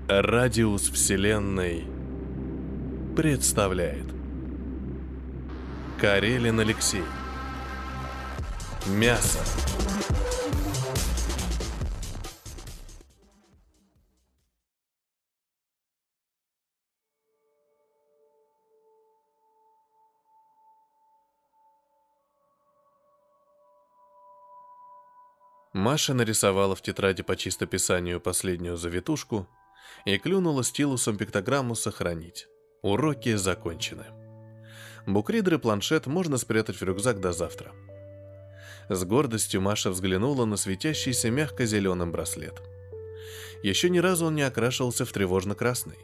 Радиус Вселенной представляет Карелин Алексей. Мясо. Маша нарисовала в тетради по чистописанию последнюю завитушку и клюнула стилусом пиктограмму «Сохранить». Уроки закончены. Букридер и планшет можно спрятать в рюкзак до завтра. С гордостью Маша взглянула на светящийся мягко-зеленым браслет. Еще ни разу он не окрашивался в тревожно-красный.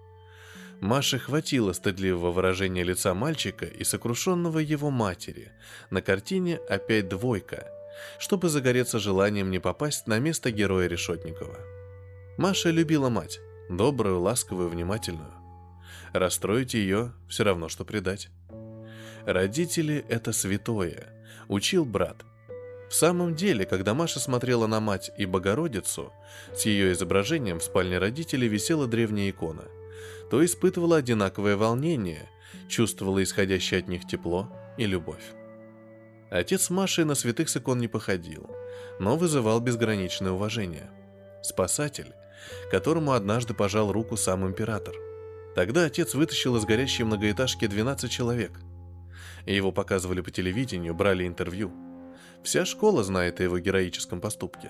Маше хватило стыдливого выражения лица мальчика и сокрушенного его матери на картине «Опять двойка», чтобы загореться желанием не попасть на место героя Решетникова. Маша любила мать, добрую, ласковую, внимательную. Расстроить ее все равно, что предать. Родители — это святое, учил брат. В самом деле, когда Маша смотрела на мать и Богородицу, с ее изображением в спальне родителей висела древняя икона, то испытывала одинаковое волнение, чувствовала исходящее от них тепло и любовь. Отец Маши на святых с икон не походил, но вызывал безграничное уважение. Спасатель, которому однажды пожал руку сам император. Тогда отец вытащил из горящей многоэтажки 12 человек. Его показывали по телевидению, брали интервью. Вся школа знает о его героическом поступке.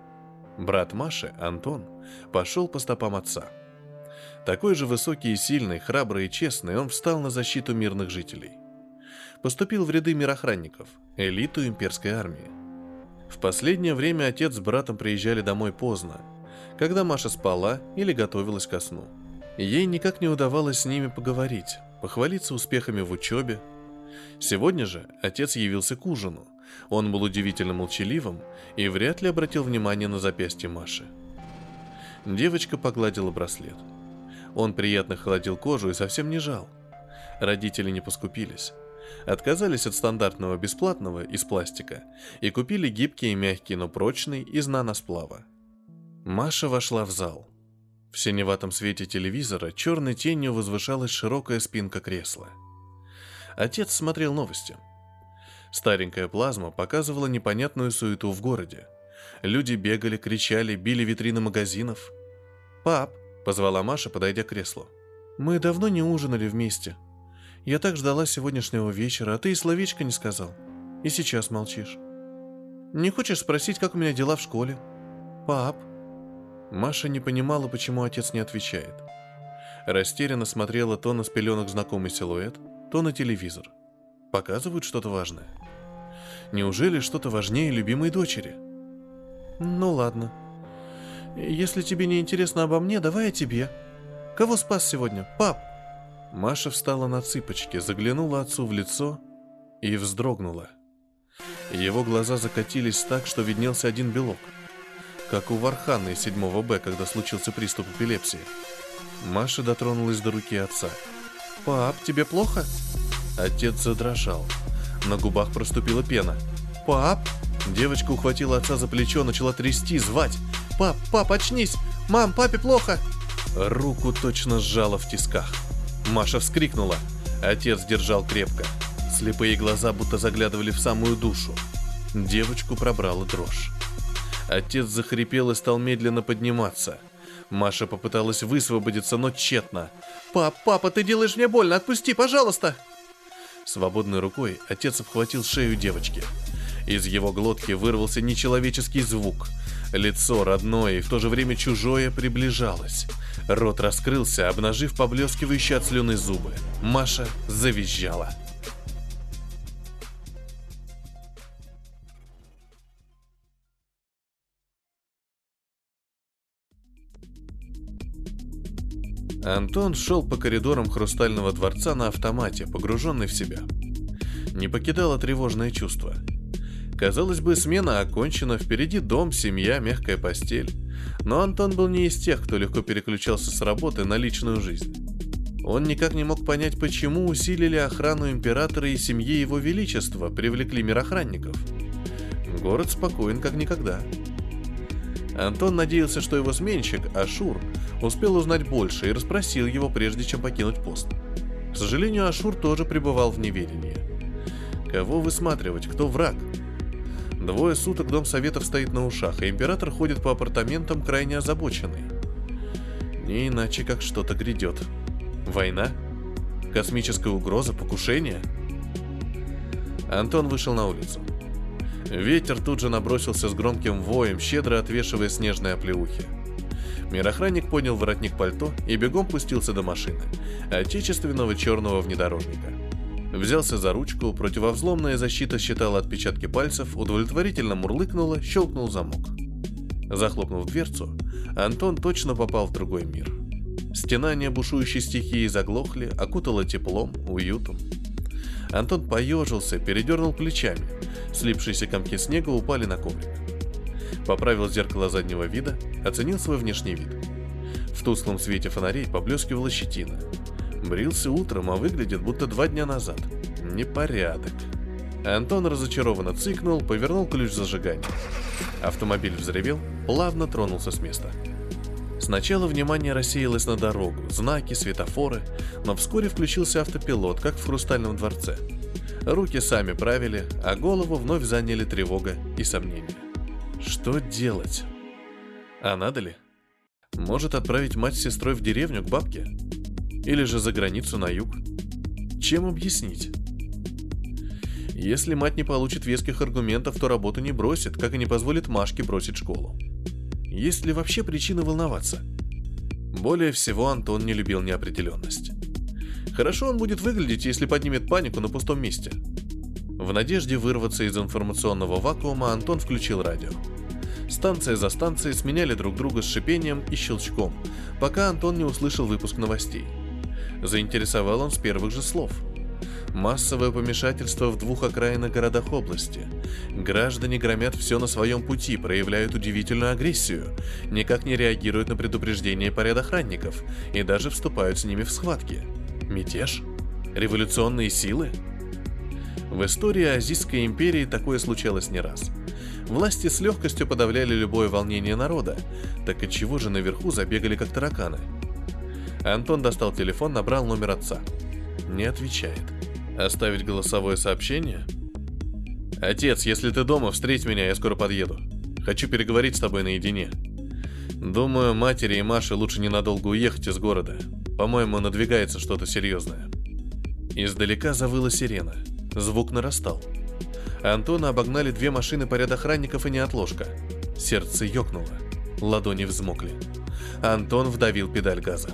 Брат Маши, Антон, пошел по стопам отца. Такой же высокий и сильный, храбрый и честный, он встал на защиту мирных жителей. Поступил в ряды мирохранников, элиту имперской армии. В последнее время отец с братом приезжали домой поздно, когда Маша спала или готовилась ко сну. Ей никак не удавалось с ними поговорить, похвалиться успехами в учебе. Сегодня же отец явился к ужину. Он был удивительно молчаливым и вряд ли обратил внимание на запястье Маши. Девочка погладила браслет. Он приятно холодил кожу и совсем не жал. Родители не поскупились. Отказались от стандартного бесплатного из пластика и купили гибкий и мягкий, но прочный из наносплава. Маша вошла в зал. В синеватом свете телевизора черной тенью возвышалась широкая спинка кресла. Отец смотрел новости. Старенькая плазма показывала непонятную суету в городе. Люди бегали, кричали, били витрины магазинов. «Пап!» — позвала Маша, подойдя к креслу. «Мы давно не ужинали вместе. Я так ждала сегодняшнего вечера, а ты и словечко не сказал. И сейчас молчишь. Не хочешь спросить, как у меня дела в школе? Пап?» Маша не понимала, почему отец не отвечает. Растерянно смотрела то на спеленок знакомый силуэт, то на телевизор. Показывают что-то важное. Неужели что-то важнее любимой дочери? «Ну ладно. Если тебе не интересно обо мне, давай о тебе. Кого спас сегодня, пап?» Маша встала на цыпочки, заглянула отцу в лицо и вздрогнула. Его глаза закатились так, что виднелся один белок, как у Вархана из 7 Б, когда случился приступ эпилепсии. Маша дотронулась до руки отца. «Пап, тебе плохо?» Отец задрожал. На губах проступила пена. «Пап!» Девочка ухватила отца за плечо, начала трясти, звать. «Пап, пап, очнись! Мам, папе плохо!» Руку точно сжала в тисках. Маша вскрикнула. Отец держал крепко. Слепые глаза будто заглядывали в самую душу. Девочку пробрала дрожь. Отец захрипел и стал медленно подниматься. Маша попыталась высвободиться, но тщетно. Папа, ты делаешь мне больно, отпусти, пожалуйста!» Свободной рукой отец обхватил шею девочки. Из его глотки вырвался нечеловеческий звук. Лицо родное и в то же время чужое приближалось. Рот раскрылся, обнажив поблескивающие от слюны зубы. Маша завизжала. Антон шел по коридорам Хрустального дворца на автомате, погруженный в себя. Не покидало тревожное чувство. Казалось бы, смена окончена, впереди дом, семья, мягкая постель. Но Антон был не из тех, кто легко переключался с работы на личную жизнь. Он никак не мог понять, почему усилили охрану императора и семьи его величества, привлекли мирохранников. Город спокоен, как никогда. Антон надеялся, что его сменщик, Ашур, успел узнать больше и расспросил его, прежде чем покинуть пост. К сожалению, Ашур тоже пребывал в неведении. Кого высматривать, кто враг? 2 суток Дом Советов стоит на ушах, и император ходит по апартаментам крайне озабоченный. Не иначе, как что-то грядет. Война? Космическая угроза? Покушение? Антон вышел на улицу. Ветер тут же набросился с громким воем, щедро отвешивая снежные оплеухи. Мирохранник поднял воротник пальто и бегом пустился до машины, отечественного черного внедорожника. Взялся за ручку, противовзломная защита считала отпечатки пальцев, удовлетворительно мурлыкнула, щелкнул замок. Захлопнув дверцу, Антон точно попал в другой мир. Стенания бушующей стихии заглохли, окутало теплом, уютом. Антон поежился, передернул плечами. Слипшиеся комки снега упали на коврик. Поправил зеркало заднего вида, оценил свой внешний вид. В тусклом свете фонарей поблескивала щетина. Брился утром, а выглядит будто 2 дня назад. Непорядок. Антон разочарованно цыкнул, повернул ключ зажигания. Автомобиль взревел, плавно тронулся с места. Сначала внимание рассеялось на дорогу, знаки, светофоры, но вскоре включился автопилот, как в «Хрустальном дворце». Руки сами правили, а голову вновь заняли тревога и сомнения. Что делать? А надо ли? Может, отправить мать с сестрой в деревню к бабке? Или же за границу на юг? Чем объяснить? Если мать не получит веских аргументов, то работу не бросит, как и не позволит Машке бросить школу. Есть ли вообще причина волноваться? Более всего Антон не любил неопределенность. Хорошо он будет выглядеть, если поднимет панику на пустом месте. В надежде вырваться из информационного вакуума Антон включил радио. Станция за станцией сменяли друг друга с шипением и щелчком, пока Антон не услышал выпуск новостей. Заинтересовал он с первых же слов. Массовое помешательство в 2 окраинных городах области. Граждане громят все на своем пути, проявляют удивительную агрессию, никак не реагируют на предупреждения порядохранников и даже вступают с ними в схватки. Мятеж? Революционные силы? В истории Азийской империи такое случалось не раз. Власти с легкостью подавляли любое волнение народа, так отчего же наверху забегали как тараканы? Антон достал телефон, набрал номер отца. Не отвечает. Оставить голосовое сообщение? «Отец, если ты дома, встреть меня, я скоро подъеду. Хочу переговорить с тобой наедине. Думаю, матери и Маше лучше ненадолго уехать из города. По-моему, надвигается что-то серьезное». Издалека завыла сирена. Звук нарастал. Антона обогнали 2 машины порядохранников и неотложка. Сердце ёкнуло. Ладони взмокли. Антон вдавил педаль газа.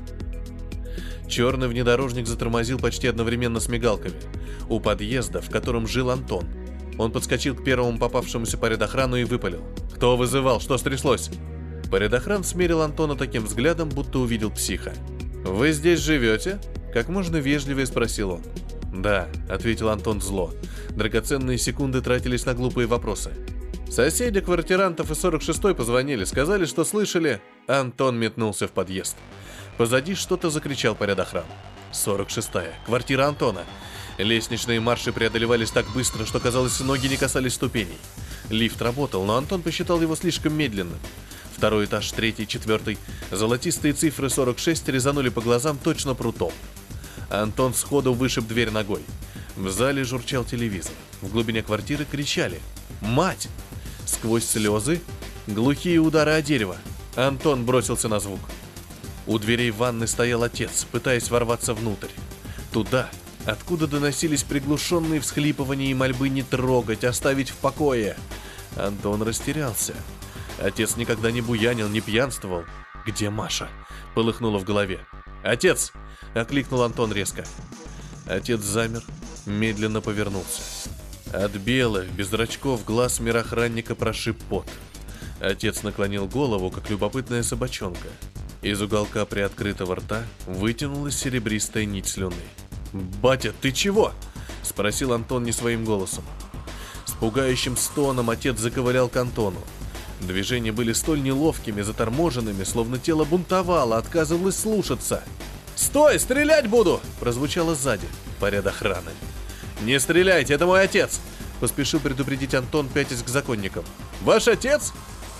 Черный внедорожник затормозил почти одновременно с мигалками. У подъезда, в котором жил Антон. Он подскочил к первому попавшемуся порядохрану и выпалил. «Кто вызывал? Что стряслось?» Порядохран смерил Антона таким взглядом, будто увидел психа. «Вы здесь живете?» Как можно вежливее спросил он. «Да», — ответил Антон зло. Драгоценные секунды тратились на глупые вопросы. Соседи квартирантов из 46-й позвонили, сказали, что слышали. Антон метнулся в подъезд. Позади что-то закричал порядохран. 46-я, квартира Антона. Лестничные марши преодолевались так быстро, что, казалось, ноги не касались ступеней. Лифт работал, но Антон посчитал его слишком медленным. 2-й этаж, 3-й, 4-й. Золотистые цифры 46 резанули по глазам точно прутом. Антон сходу вышиб дверь ногой. В зале журчал телевизор. В глубине квартиры кричали. «Мать!» Сквозь слезы, глухие удары о дерево. Антон бросился на звук. У дверей ванны стоял отец, пытаясь ворваться внутрь. Туда, откуда доносились приглушенные всхлипывания и мольбы не трогать, оставить в покое. Антон растерялся. Отец никогда не буянил, не пьянствовал. «Где Маша?» — полыхнуло в голове. «Отец!» — окликнул Антон резко. Отец замер, медленно повернулся. От белых, без зрачков глаз мирохранника прошиб пот. Отец наклонил голову, как любопытная собачонка. Из уголка приоткрытого рта вытянулась серебристая нить слюны. «Батя, ты чего?» — спросил Антон не своим голосом. С пугающим стоном отец заковылял к Антону. Движения были столь неловкими, заторможенными, словно тело бунтовало, отказывалось слушаться. «Стой, стрелять буду!» — прозвучало сзади. Поряд охраны. «Не стреляйте, это мой отец!» — поспешил предупредить Антон, пятясь к законникам. «Ваш отец?»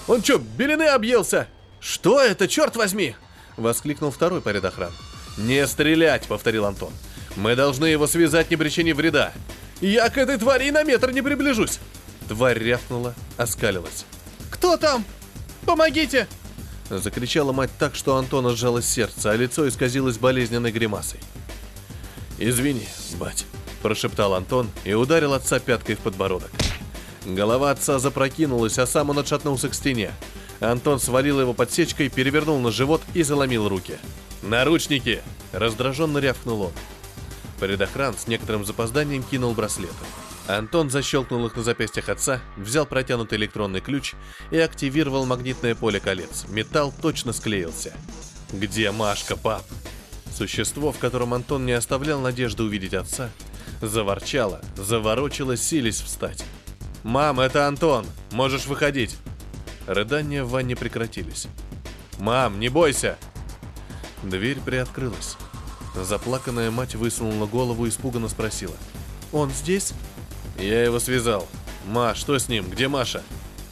Он чё, белины объелся? Что это, черт возьми? Воскликнул второй по охраны. Не стрелять, повторил Антон. Мы должны его связать, не причинив вреда. Я к этой твари и на метр не приближусь. Тварь рявкнула, оскалилась. Кто там? Помогите! Закричала мать так, что у Антона сжалось сердце, а лицо исказилось болезненной гримасой. «Извини, бать», – прошептал Антон и ударил отца пяткой в подбородок. Голова отца запрокинулась, а сам он отшатнулся к стене. Антон свалил его подсечкой, перевернул на живот и заломил руки. «Наручники!» – раздраженно рявкнул он. Предохран с некоторым запозданием кинул браслеты. Антон защелкнул их на запястьях отца, взял протянутый электронный ключ и активировал магнитное поле колец. Металл точно склеился. «Где Машка, пап?» Существо, в котором Антон не оставлял надежды увидеть отца, заворчало, заворочилось, силясь встать. «Мам, это Антон! Можешь выходить!» Рыдания в ванне прекратились. «Мам, не бойся!» Дверь приоткрылась. Заплаканная мать высунула голову и испуганно спросила. «Он здесь?» «Я его связал. Ма, что с ним? Где Маша?»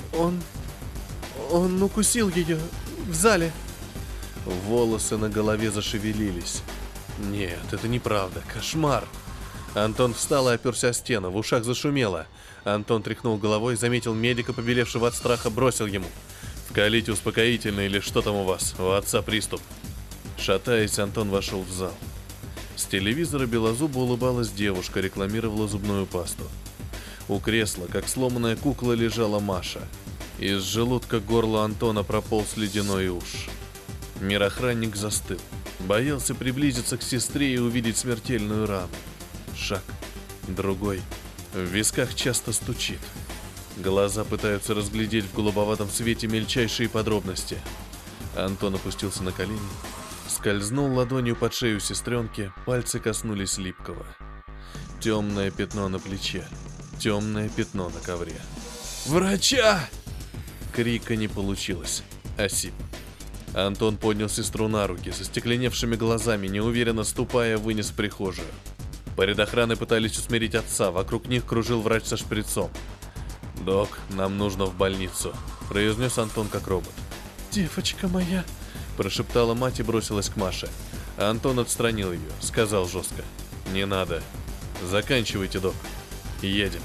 Он укусил ее в зале». Волосы на голове зашевелились. «Нет, это неправда. Кошмар!» Антон встал и оперся о стену, в ушах зашумело. Антон тряхнул головой, заметил медика, побелевшего от страха, бросил ему. «Вкалите успокоительное или что там у вас? У отца приступ». Шатаясь, Антон вошел в зал. С телевизора белозубо улыбалась девушка, рекламировала зубную пасту. У кресла, как сломанная кукла, лежала Маша. Из желудка к горлу Антона прополз ледяной уж. Мирохранник застыл. Боялся приблизиться к сестре и увидеть смертельную рану. Шаг. Другой. В висках часто стучит. Глаза пытаются разглядеть в голубоватом свете мельчайшие подробности. Антон опустился на колени, скользнул ладонью под шею сестренки, пальцы коснулись липкого. Темное пятно на плече, темное пятно на ковре. «Врача!» Крика не получилось. Осип. Антон поднял сестру на руки, со стекленевшими глазами, неуверенно ступая, вынес в прихожую. Предохраны пытались усмирить отца, вокруг них кружил врач со шприцом. «Док, нам нужно в больницу», — произнес Антон как робот. «Девочка моя», — прошептала мать и бросилась к Маше. Антон отстранил ее, сказал жестко. «Не надо. Заканчивайте, док. Едем».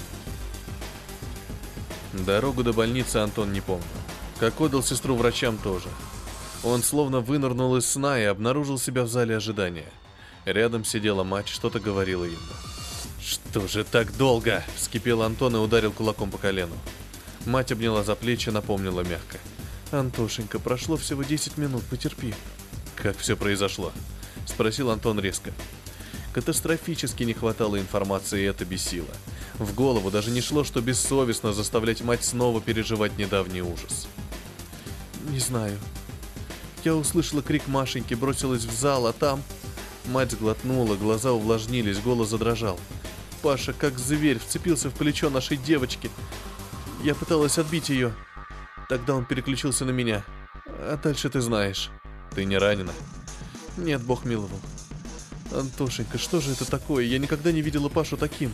Дорогу до больницы Антон не помнил. Как отдал сестру врачам тоже. Он словно вынырнул из сна и обнаружил себя в зале ожидания. Рядом сидела мать, что-то говорила ему. «Что же так долго?» — вскипел Антон и ударил кулаком по колену. Мать обняла за плечи, напомнила мягко. «Антошенька, прошло всего 10 минут, потерпи». «Как все произошло?» — спросил Антон резко. Катастрофически не хватало информации, и это бесило. В голову даже не шло, что бессовестно заставлять мать снова переживать недавний ужас. «Не знаю. Я услышала крик Машеньки, бросилась в зал, а там...» Мать сглотнула, глаза увлажнились, голос задрожал. Паша, как зверь, вцепился в плечо нашей девочки. Я пыталась отбить ее. Тогда он переключился на меня. А дальше ты знаешь. Ты не ранена? Нет, Бог миловал. Антошенька, что же это такое? Я никогда не видела Пашу таким.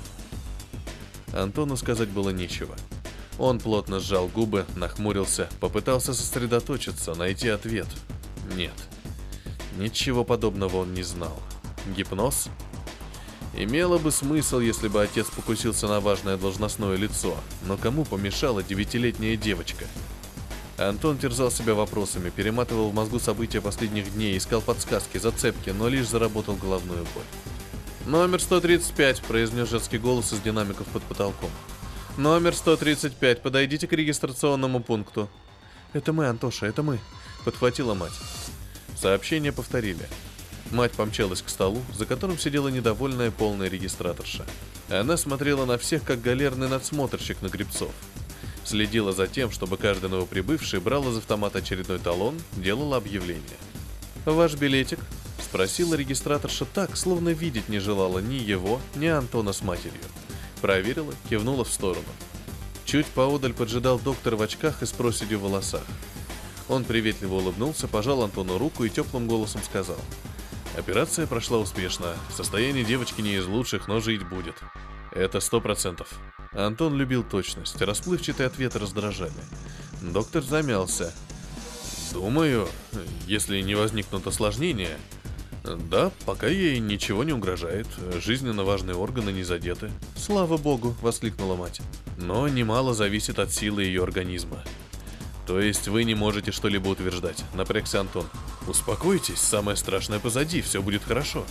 Антону сказать было нечего. Он плотно сжал губы, нахмурился, попытался сосредоточиться, найти ответ. Нет. Ничего подобного он не знал. Гипноз? Имело бы смысл, если бы отец покусился на важное должностное лицо, но кому помешала 9-летняя девочка? Антон терзал себя вопросами, перематывал в мозгу события последних дней, искал подсказки, зацепки, но лишь заработал головную боль. «Номер 135», — произнес женский голос из динамиков под потолком. «Номер 135, подойдите к регистрационному пункту». «Это мы, Антоша, это мы», — подхватила мать. Сообщение повторили. Мать помчалась к столу, за которым сидела недовольная полная регистраторша. Она смотрела на всех, как галерный надсмотрщик на гребцов. Следила за тем, чтобы каждый новоприбывший брал из автомата очередной талон, делала объявление. «Ваш билетик?» — спросила регистраторша так, словно видеть не желала ни его, ни Антона с матерью. Проверила, кивнула в сторону. Чуть поодаль поджидал доктор в очках и с проседью в волосах. Он приветливо улыбнулся, пожал Антону руку и теплым голосом сказал: «Операция прошла успешно. Состояние девочки не из лучших, но жить будет». Это 100%. Антон любил точность, расплывчатые ответы раздражали. Доктор замялся. Думаю, если не возникнут осложнения... Да, пока ей ничего не угрожает, жизненно важные органы не задеты. Слава богу, воскликнула мать. Но немало зависит от силы ее организма. То есть вы не можете что-либо утверждать, напрягся Антон. Успокойтесь, самое страшное позади, все будет хорошо.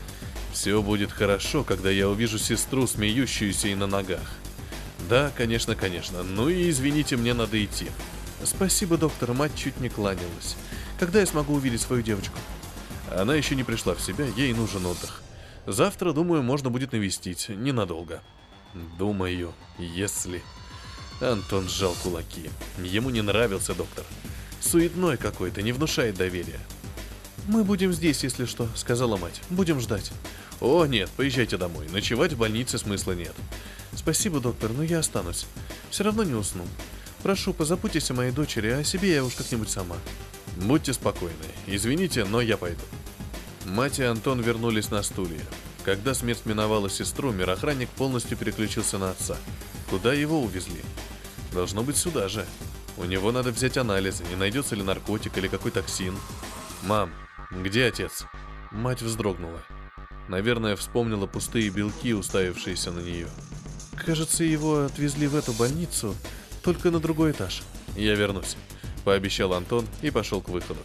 Все будет хорошо, когда я увижу сестру, смеющуюся и на ногах. Да, конечно, конечно. Ну и извините, мне надо идти. Спасибо, доктор, мать чуть не кланялась. Когда я смогу увидеть свою девочку? Она еще не пришла в себя, ей нужен отдых. Завтра, думаю, можно будет навестить, ненадолго. Думаю, если... Антон сжал кулаки. Ему не нравился доктор. Суетной какой-то, не внушает доверия. «Мы будем здесь, если что», — сказала мать. «Будем ждать». «О, нет, поезжайте домой. Ночевать в больнице смысла нет». «Спасибо, доктор, но я останусь. Все равно не усну. Прошу, позаботьтесь о моей дочери, а о себе я уж как-нибудь сама». «Будьте спокойны. Извините, но я пойду». Мать и Антон вернулись на стулья. Когда смерть миновала сестру, мирохранник полностью переключился на отца. Куда его увезли? Должно быть сюда же. У него надо взять анализы, не найдется ли наркотик или какой токсин. «Мам, где отец?» Мать вздрогнула. Наверное, вспомнила пустые белки, уставившиеся на нее. «Кажется, его отвезли в эту больницу, только на другой этаж». «Я вернусь», — пообещал Антон и пошел к выходу.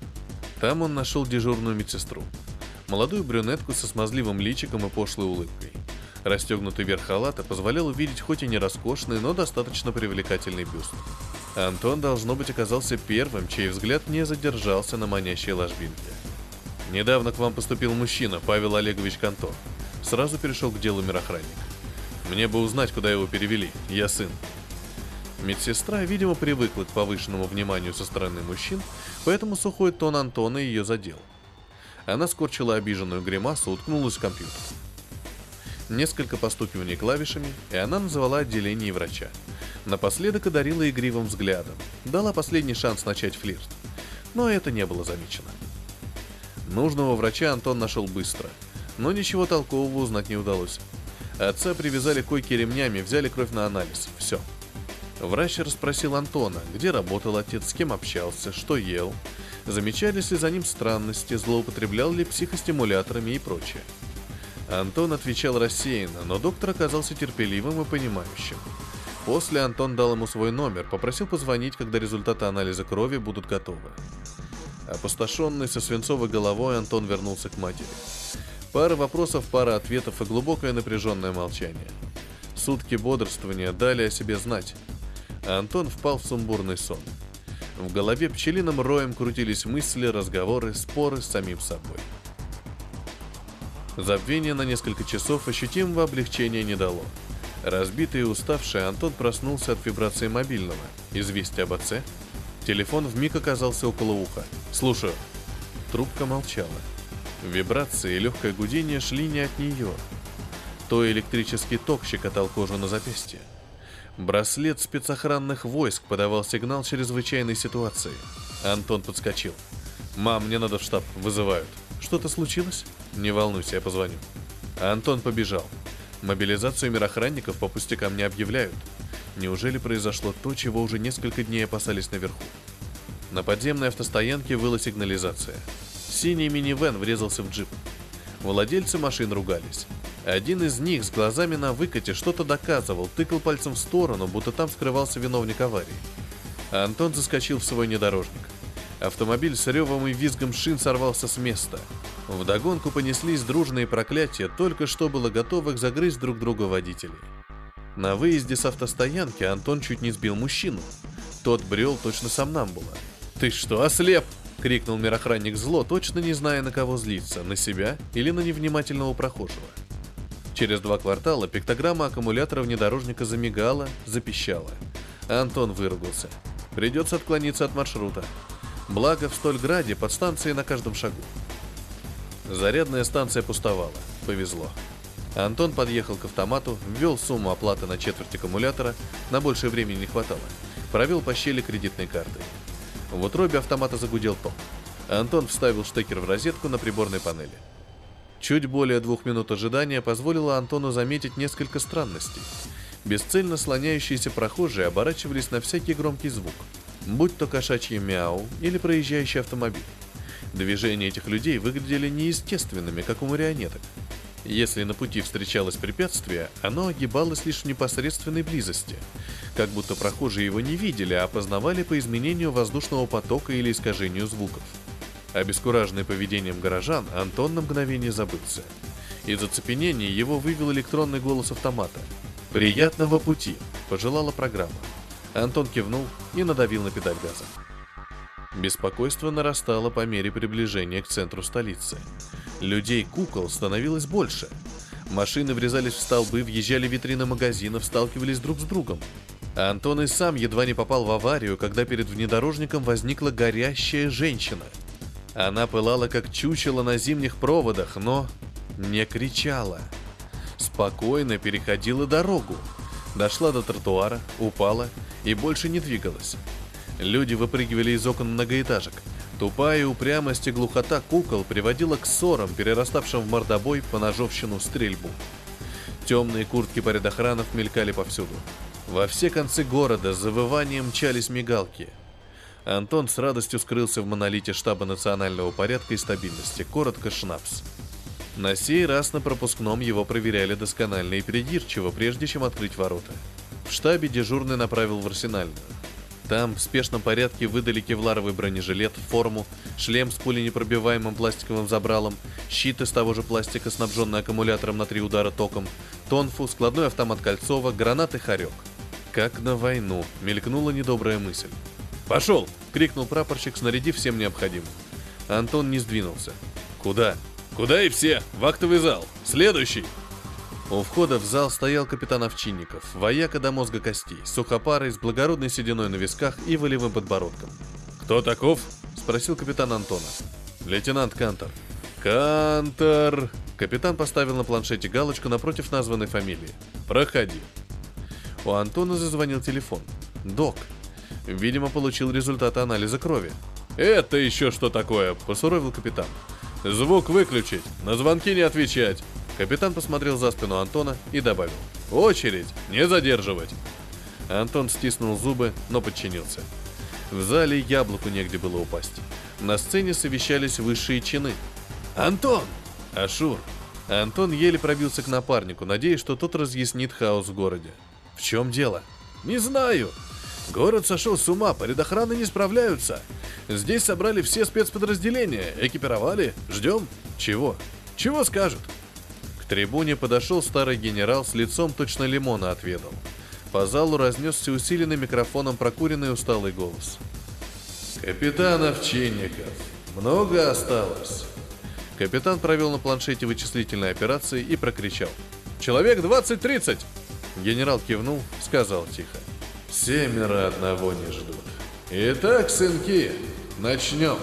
Там он нашел дежурную медсестру. Молодую брюнетку со смазливым личиком и пошлой улыбкой. Расстегнутый верх халата позволял увидеть хоть и не роскошный, но достаточно привлекательный бюст. Антон, должно быть, оказался первым, чей взгляд не задержался на манящей ложбинке. «Недавно к вам поступил мужчина, Павел Олегович Канто». Сразу перешел к делу мирохранник. «Мне бы узнать, куда его перевели. Я сын». Медсестра, видимо, привыкла к повышенному вниманию со стороны мужчин, поэтому сухой тон Антона ее задел. Она скорчила обиженную гримасу, уткнулась в компьютер. Несколько постукиваний клавишами, и она назвала отделение и врача. Напоследок одарила игривым взглядом, дала последний шанс начать флирт. Но это не было замечено. Нужного врача Антон нашел быстро, но ничего толкового узнать не удалось. Отца привязали к койке ремнями, взяли кровь на анализ. Все. Врач расспросил Антона, где работал отец, с кем общался, что ел, замечались ли за ним странности, злоупотреблял ли психостимуляторами и прочее. Антон отвечал рассеянно, но доктор оказался терпеливым и понимающим. После Антон дал ему свой номер, попросил позвонить, когда результаты анализа крови будут готовы. Опустошенный со свинцовой головой, Антон вернулся к матери. Пара вопросов, пара ответов и глубокое напряженное молчание. Сутки бодрствования дали о себе знать. А Антон впал в сумбурный сон. В голове пчелиным роем крутились мысли, разговоры, споры с самим собой. Забвение на несколько часов ощутимого облегчения не дало. Разбитый и уставший, Антон проснулся от вибрации мобильного. Известие об отце. Телефон вмиг оказался около уха. «Слушаю». Трубка молчала. Вибрации и легкое гудение шли не от нее. То электрический ток щекотал кожу на запястье. Браслет спецохранных войск подавал сигнал чрезвычайной ситуации. Антон подскочил. «Мам, мне надо в штаб, вызывают». «Что-то случилось?» «Не волнуйся, я позвоню». Антон побежал. Мобилизацию мирохранников по пустякам не объявляют. Неужели произошло то, чего уже несколько дней опасались наверху? На подземной автостоянке выла сигнализация. Синий минивэн врезался в джип. Владельцы машин ругались. Один из них с глазами на выкате что-то доказывал, тыкал пальцем в сторону, будто там скрывался виновник аварии. Антон заскочил в свой внедорожник. Автомобиль с ревом и визгом шин сорвался с места. Вдогонку понеслись дружные проклятия, только что было готовых загрызть друг друга водителей. На выезде с автостоянки Антон чуть не сбил мужчину. Тот брел точно сомнамбула. «Ты что, ослеп?» — крикнул мирохранник зло, точно не зная, на кого злиться, на себя или на невнимательного прохожего. Через 2 квартала пиктограмма аккумулятора внедорожника замигала, запищала. Антон выругался. Придется отклониться от маршрута. Благо, в Стольграде подстанции на каждом шагу. Зарядная станция пустовала. Повезло. Антон подъехал к автомату, ввел сумму оплаты на четверть аккумулятора, на большее времени не хватало, провел по щели кредитной картой. В утробе автомата загудел ток. Антон вставил штекер в розетку на приборной панели. Чуть более 2 минут ожидания позволило Антону заметить несколько странностей. Бесцельно слоняющиеся прохожие оборачивались на всякий громкий звук, будь то кошачье мяу или проезжающий автомобиль. Движения этих людей выглядели неестественными, как у марионеток. Если на пути встречалось препятствие, оно огибалось лишь в непосредственной близости, как будто прохожие его не видели, а опознавали по изменению воздушного потока или искажению звуков. Обескураженный поведением горожан, Антон на мгновение забылся. Из оцепенения его вывел электронный голос автомата. «Приятного пути!» – пожелала программа. Антон кивнул и надавил на педаль газа. Беспокойство нарастало по мере приближения к центру столицы. Людей-кукол становилось больше. Машины врезались в столбы, въезжали в витрины магазинов, сталкивались друг с другом. А Антон и сам едва не попал в аварию, когда перед внедорожником возникла горящая женщина. Она пылала, как чучело на зимних проводах, но не кричала. Спокойно переходила дорогу. Дошла до тротуара, упала и больше не двигалась. Люди выпрыгивали из окон многоэтажек. Тупая упрямость и глухота кукол приводила к ссорам, перераставшим в мордобой, поножовщину, стрельбу. Темные куртки парадохранов мелькали повсюду. Во все концы города с завыванием мчались мигалки. Антон с радостью скрылся в монолите штаба национального порядка и стабильности, коротко ШНАПС. На сей раз на пропускном его проверяли досконально и придирчиво, прежде чем открыть ворота. В штабе дежурный направил в арсенальную. Там в спешном порядке выдали кевларовый бронежилет, форму, шлем с пуленепробиваемым пластиковым забралом, щит из того же пластика, снабженный аккумулятором на 3 удара током, тонфу, складной автомат Кольцова, гранаты «Хорек». Как на войну, мелькнула недобрая мысль. «Пошел!» — крикнул прапорщик, снарядив всем необходимым. Антон не сдвинулся. «Куда?» «Куда и все! В актовый зал! Следующий!» У входа в зал стоял капитан Овчинников, вояка до мозга костей, сухопарый, с благородной сединой на висках и волевым подбородком. «Кто таков?» — спросил капитан Антона. «Лейтенант Кантор». «Кантор!» Капитан поставил на планшете галочку напротив названной фамилии. «Проходи». У Антона зазвонил телефон. «Док». Видимо, получил результаты анализа крови. «Это еще что такое?» — посуровил капитан. «Звук выключить, на звонки не отвечать». Капитан посмотрел за спину Антона и добавил: «Очередь! Не задерживать!» Антон стиснул зубы, но подчинился. В зале яблоку негде было упасть. На сцене совещались высшие чины. «Антон!» «Ашур!» Антон еле пробился к напарнику, надеясь, что тот разъяснит хаос в городе. «В чем дело?» «Не знаю. Город сошел с ума, парадохраны не справляются. Здесь собрали все спецподразделения, экипировали. Ждем. Чего? Чего скажут?» К трибуне подошел старый генерал с лицом точно лимона отведал. По залу разнесся усиленный микрофоном прокуренный усталый голос. «Капитан Овчинников, много осталось?» Капитан провел на планшете вычислительной операции и прокричал: «Человек 20-30!» Генерал кивнул, сказал тихо: «7 одного не ждут. Итак, сынки, начнем».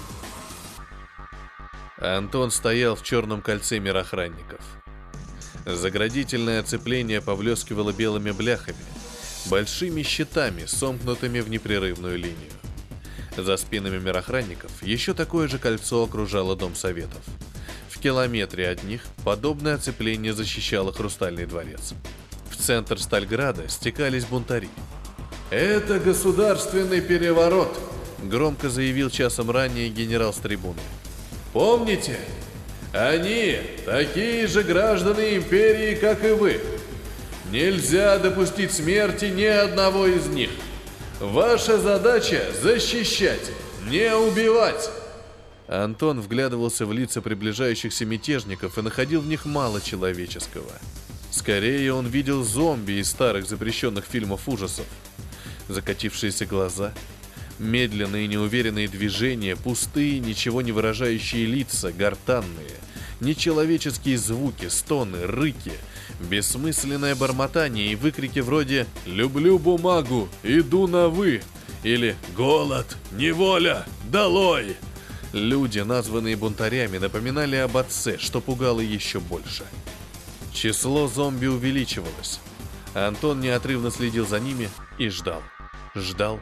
Антон стоял в черном кольце мирохранников. Заградительное оцепление поблескивало белыми бляхами, большими щитами, сомкнутыми в непрерывную линию. За спинами мирохранников еще такое же кольцо окружало Дом Советов. В километре от них подобное оцепление защищало Хрустальный дворец. В центр Стальграда стекались бунтари. «Это государственный переворот», — громко заявил часом ранее генерал с трибуны. «Помните? Они такие же граждане империи, как и вы. Нельзя допустить смерти ни одного из них. Ваша задача — защищать, не убивать». Антон вглядывался в лица приближающихся мятежников и находил в них мало человеческого. Скорее, он видел зомби из старых запрещенных фильмов ужасов. Закатившиеся глаза, медленные и неуверенные движения, пустые, ничего не выражающие лица, гортанные, нечеловеческие звуки, стоны, рыки, бессмысленное бормотание и выкрики вроде «Люблю бумагу, иду на «вы» или «Голод, неволя, долой». Люди, названные бунтарями, напоминали об отце, что пугало еще больше. Число зомби увеличивалось. Антон неотрывно следил за ними и ждал. Ждал.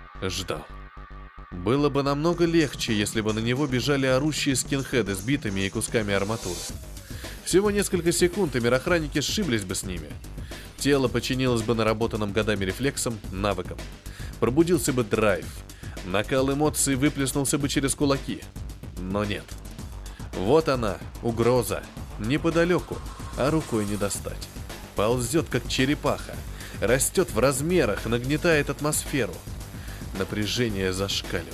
Было бы намного легче, если бы на него бежали орущие скинхеды с битами и кусками арматуры. Всего несколько секунд, и мирохранники сшиблись бы с ними. Тело подчинилось бы наработанным годами рефлексам, навыкам. Пробудился бы драйв. Накал эмоций выплеснулся бы через кулаки. Но нет. Вот она, угроза. Неподалеку, а рукой не достать. Ползет, как черепаха. Растет в размерах, нагнетает атмосферу. Напряжение зашкаливает.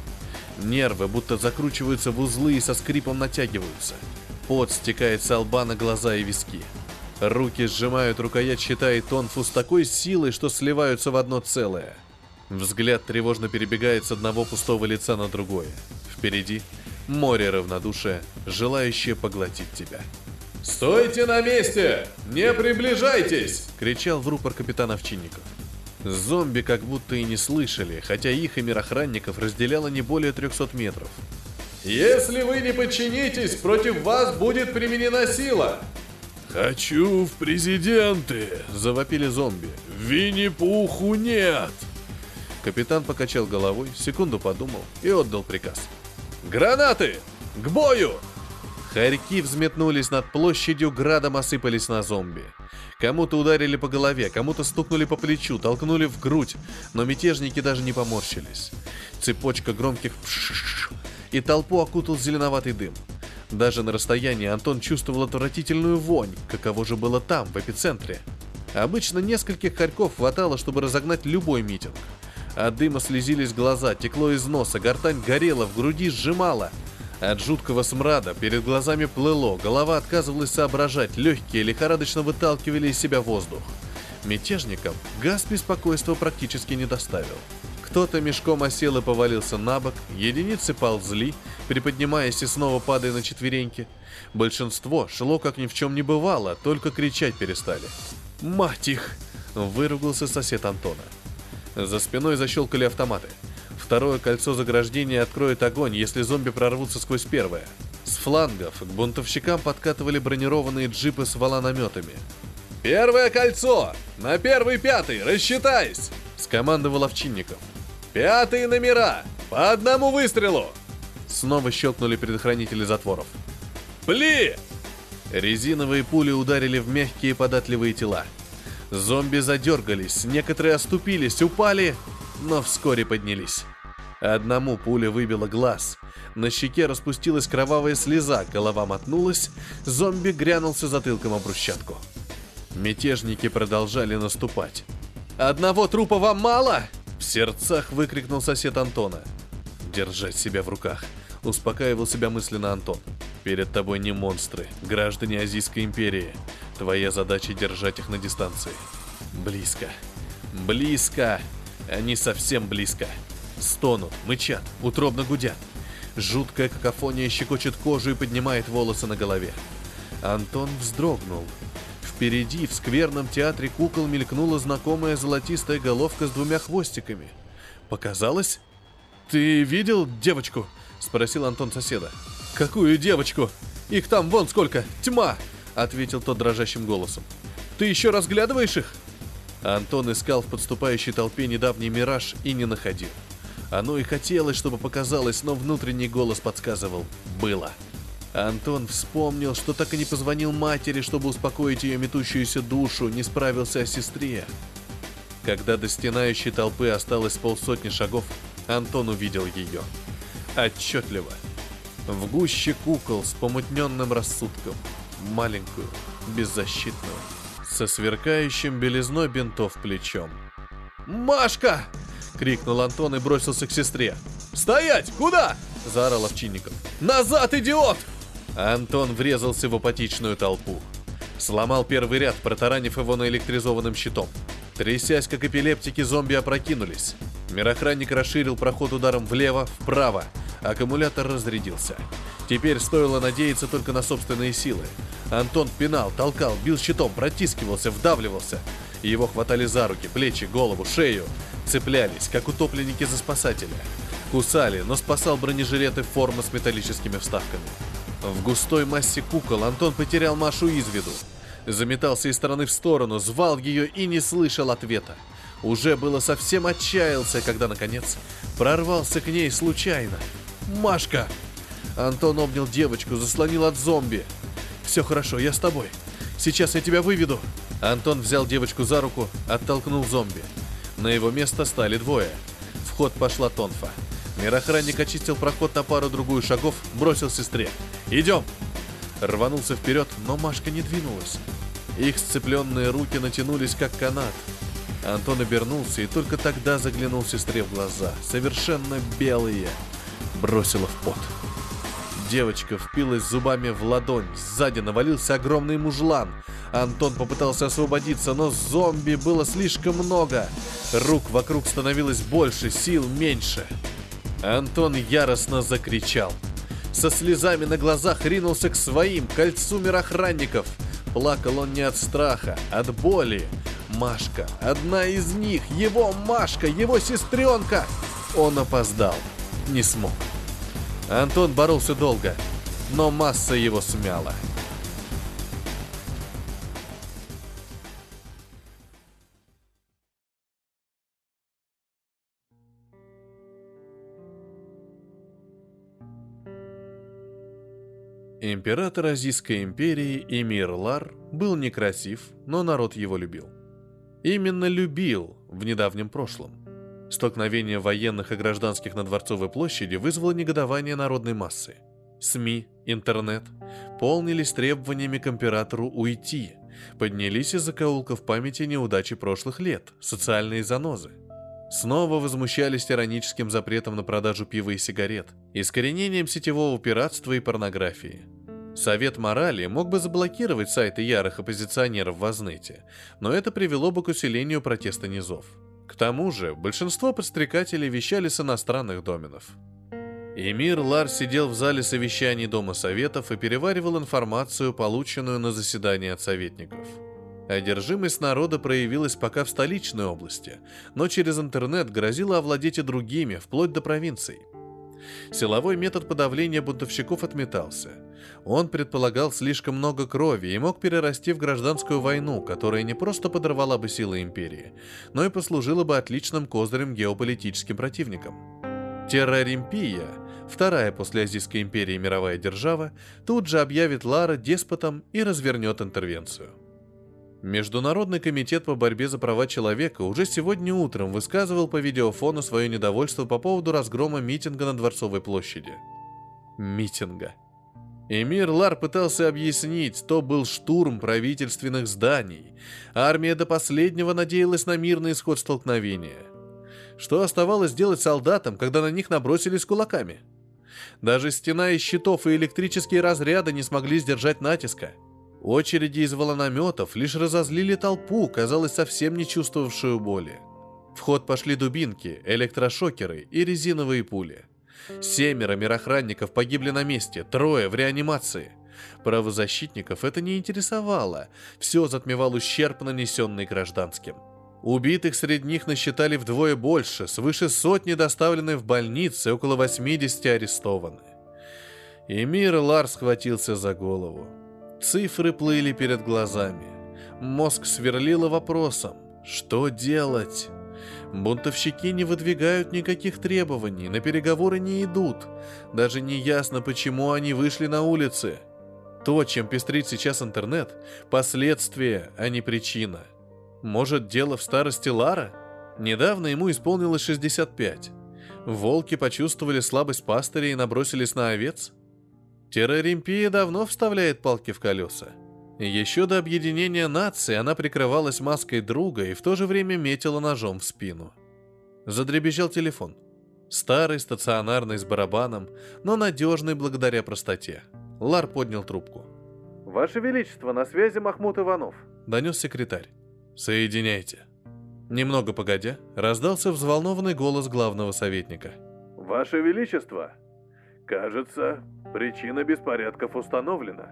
Нервы будто закручиваются в узлы и со скрипом натягиваются. Пот стекает со лба на глаза и виски. Руки сжимают рукоять щита и тонфу с такой силой, что сливаются в одно целое. Взгляд тревожно перебегает с одного пустого лица на другое. Впереди море равнодушия, желающее поглотить тебя. «Стойте на месте! Не приближайтесь!» — кричал в рупор капитан Овчинников. Зомби как будто и не слышали, хотя их и мир охранников разделяло не более 300 метров. «Если вы не подчинитесь, против вас будет применена сила!» «Хочу в президенты!» — завопили зомби. «Винни-Пуху нет!» Капитан покачал головой, секунду подумал и отдал приказ. «Гранаты! К бою!» Хорьки взметнулись над площадью, градом осыпались на зомби. Кому-то ударили по голове, кому-то стукнули по плечу, толкнули в грудь, но мятежники даже не поморщились. Цепочка громких «пшшш», и толпу окутал зеленоватый дым. Даже на расстоянии Антон чувствовал отвратительную вонь, каково же было там, в эпицентре. Обычно нескольких хорьков хватало, чтобы разогнать любой митинг. От дыма слезились глаза, текло из носа, гортань горела, в груди сжимала. От жуткого смрада перед глазами плыло, голова отказывалась соображать, легкие лихорадочно выталкивали из себя воздух. Мятежникам газ беспокойства практически не доставил. Кто-то мешком осел и повалился на бок, единицы ползли, приподнимаясь и снова падая на четвереньки. Большинство шло как ни в чем не бывало, только кричать перестали. «Мать их!» — выругался сосед Антона. За спиной защелкали автоматы. Второе кольцо заграждения откроет огонь, если зомби прорвутся сквозь первое. С флангов к бунтовщикам подкатывали бронированные джипы с воланометами. «Первое кольцо! На первый пятый! Рассчитайся!» — скомандовал Овчинников. «Пятые номера! По одному выстрелу!» Снова щелкнули предохранители затворов. «Пли!» Резиновые пули ударили в мягкие податливые тела. Зомби задергались, некоторые оступились, упали, но вскоре поднялись. Одному пуля выбила глаз. На щеке распустилась кровавая слеза, голова мотнулась, зомби грянулся затылком об брусчатку. Мятежники продолжали наступать. «Одного трупа вам мало?» — в сердцах выкрикнул сосед Антона. «Держать себя в руках», — успокаивал себя мысленно Антон. «Перед тобой не монстры, граждане Азийской империи. Твоя задача — держать их на дистанции. Близко. Близко. Они совсем близко. Стонут, мычат, утробно гудят. Жуткая какофония щекочет кожу и поднимает волосы на голове. Антон вздрогнул. Впереди, в скверном театре кукол, мелькнула знакомая золотистая головка с двумя хвостиками. Показалось? «Ты видел девочку?» — спросил Антон соседа. «Какую девочку? Их там вон сколько! Тьма!» — ответил тот дрожащим голосом. «Ты еще разглядываешь их?» Антон искал в подступающей толпе недавний мираж и не находил. Оно и хотелось, чтобы показалось, но внутренний голос подсказывал «было». Антон вспомнил, что так и не позвонил матери, чтобы успокоить ее метущуюся душу, не справился о сестре. Когда до стенающей толпы осталось полсотни шагов, Антон увидел ее. Отчетливо. В гуще кукол с помутненным рассудком. Маленькую, беззащитную, со сверкающим белизной бинтов плечом. «Машка!» — крикнул Антон и бросился к сестре. «Стоять! Куда?» — заорал Овчинников. «Назад, идиот!» Антон врезался в апатичную толпу. Сломал первый ряд, протаранив его наэлектризованным щитом. Трясясь, как эпилептики, зомби опрокинулись. Мирохранник расширил проход ударом влево, вправо. Аккумулятор разрядился. Теперь стоило надеяться только на собственные силы. Антон пинал, толкал, бил щитом, протискивался, вдавливался. Его хватали за руки, плечи, голову, шею. Цеплялись, как утопленники за спасателя. Кусали, но спасал бронежилеты форма с металлическими вставками. В густой массе кукол Антон потерял Машу из виду. Заметался из стороны в сторону, звал ее и не слышал ответа. Уже было совсем отчаялся, когда, наконец, прорвался к ней случайно. «Машка!» Антон обнял девочку, заслонил от зомби. «Все хорошо, я с тобой. Сейчас я тебя выведу». Антон взял девочку за руку, оттолкнул зомби. На его место стали двое. В ход пошла Тонфа. Мирохранник очистил проход на пару-другую шагов, бросил сестре. «Идем!» Рванулся вперед, но Машка не двинулась. Их сцепленные руки натянулись, как канат. Антон обернулся и только тогда заглянул сестре в глаза, совершенно белые. Бросила в пот. Девочка впилась зубами в ладонь, сзади навалился огромный мужлан. Антон попытался освободиться, но зомби было слишком много. Рук вокруг становилось больше, сил меньше. Антон яростно закричал. Со слезами на глазах ринулся к своим, кольцу мирохранников. Плакал он не от страха, от боли. Машка, одна из них, его Машка, его сестренка. Он опоздал, не смог. Антон боролся долго, но масса его смяла. Император Азийской империи Эмир Лар был некрасив, но народ его любил. Именно любил в недавнем прошлом. Столкновение военных и гражданских на Дворцовой площади вызвало негодование народной массы. СМИ, интернет полнились требованиями к императору уйти, поднялись из закоулков памяти неудачи прошлых лет, социальные занозы. Снова возмущались тираническим запретом на продажу пива и сигарет, искоренением сетевого пиратства и порнографии. Совет морали мог бы заблокировать сайты ярых оппозиционеров в Азнете, но это привело бы к усилению протеста низов. К тому же, большинство подстрекателей вещали с иностранных доменов. Эмир Лар сидел в зале совещаний Дома Советов и переваривал информацию, полученную на заседании от советников. Одержимость народа проявилась пока в столичной области, но через интернет грозила овладеть и другими, вплоть до провинций. Силовой метод подавления бунтовщиков отметался. Он предполагал слишком много крови и мог перерасти в гражданскую войну, которая не просто подорвала бы силы империи, но и послужила бы отличным козырем геополитическим противникам. Терраримпия, вторая после Азийской империи мировая держава, тут же объявит Лара деспотом и развернет интервенцию. Международный комитет по борьбе за права человека уже сегодня утром высказывал по видеофону свое недовольство по поводу разгрома митинга на Дворцовой площади. Митинга. Эмир Лар пытался объяснить, то был штурм правительственных зданий. Армия до последнего надеялась на мирный исход столкновения. Что оставалось делать солдатам, когда на них набросились кулаками? Даже стена из щитов и электрические разряды не смогли сдержать натиска. Очереди из волнометов лишь разозлили толпу, казалось, совсем не чувствовавшую боли. В ход пошли дубинки, электрошокеры и резиновые пули. 7 мирохранников погибли на месте, 3 в реанимации. Правозащитников это не интересовало, все затмевал ущерб, нанесенный гражданским. Убитых среди них насчитали вдвое больше, свыше 100 доставлены в больницы, около 80 арестованы. Эмир Лар схватился за голову. Цифры плыли перед глазами. Мозг сверлило вопросом: что делать? Бунтовщики не выдвигают никаких требований, на переговоры не идут. Даже не ясно, почему они вышли на улицы. То, чем пестрит сейчас интернет, последствия, а не причина. Может, дело в старости Лара? Недавно ему исполнилось 65. Волки почувствовали слабость пастыря и набросились на овец? Терраримпия давно вставляет палки в колеса. Еще до объединения наций она прикрывалась маской друга и в то же время метила ножом в спину. Задребезжал телефон. Старый, стационарный, с барабаном, но надежный благодаря простоте. Лар поднял трубку. «Ваше Величество, на связи Махмуд Иванов», — донес секретарь. «Соединяйте». Немного погодя, раздался взволнованный голос главного советника. «Ваше Величество, кажется, причина беспорядков установлена».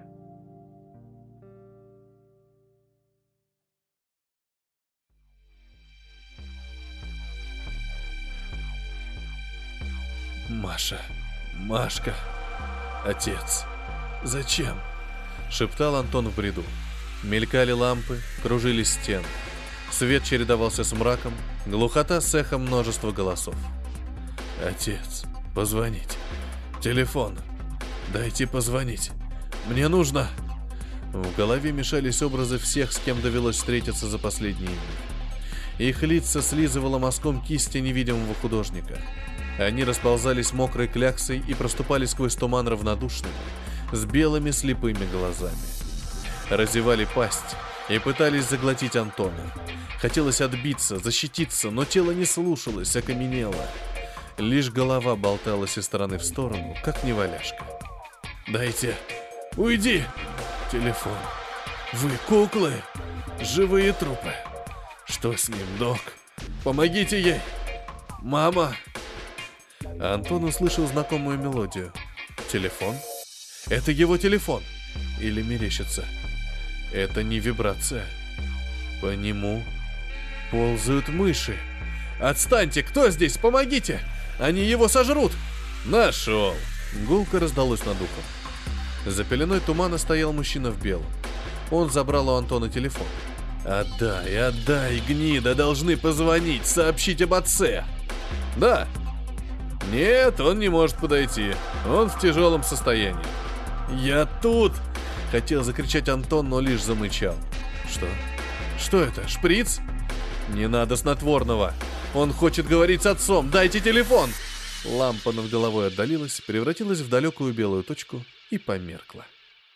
«Маша, Машка, отец, зачем?» — шептал Антон в бреду. Мелькали лампы, кружились стены. Свет чередовался с мраком, глухота с эхом множества голосов. «Отец, позвоните. Телефон. Дайте позвонить. Мне нужно...» В голове мешались образы всех, с кем довелось встретиться за последние дни. Их лица слизывало мазком кисти невидимого художника. Они расползались мокрой кляксой и проступали сквозь туман равнодушными, с белыми слепыми глазами. Разевали пасть и пытались заглотить Антона. Хотелось отбиться, защититься, но тело не слушалось, окаменело. Лишь голова болталась из стороны в сторону, как неваляшка. «Дайте! Уйди! Телефон! Вы куклы! Живые трупы! Что с ним, док? Помогите ей! Мама!» Антон услышал знакомую мелодию. «Телефон? Это его телефон! Или мерещится? Это не вибрация. По нему ползают мыши. Отстаньте! Кто здесь? Помогите! Они его сожрут!» «Нашел!» Гулко раздалось над ухом. За пеленой тумана стоял мужчина в белом. Он забрал у Антона телефон. «Отдай, отдай, гнида! Должны позвонить, сообщить об отце!» «Да!» «Нет, он не может подойти. Он в тяжелом состоянии». «Я тут!» Хотел закричать Антон, но лишь замычал. «Что? Что это? Шприц?» «Не надо снотворного! Он хочет говорить с отцом! Дайте телефон!» Лампа над головой отдалилась, превратилась в далекую белую точку и померкла.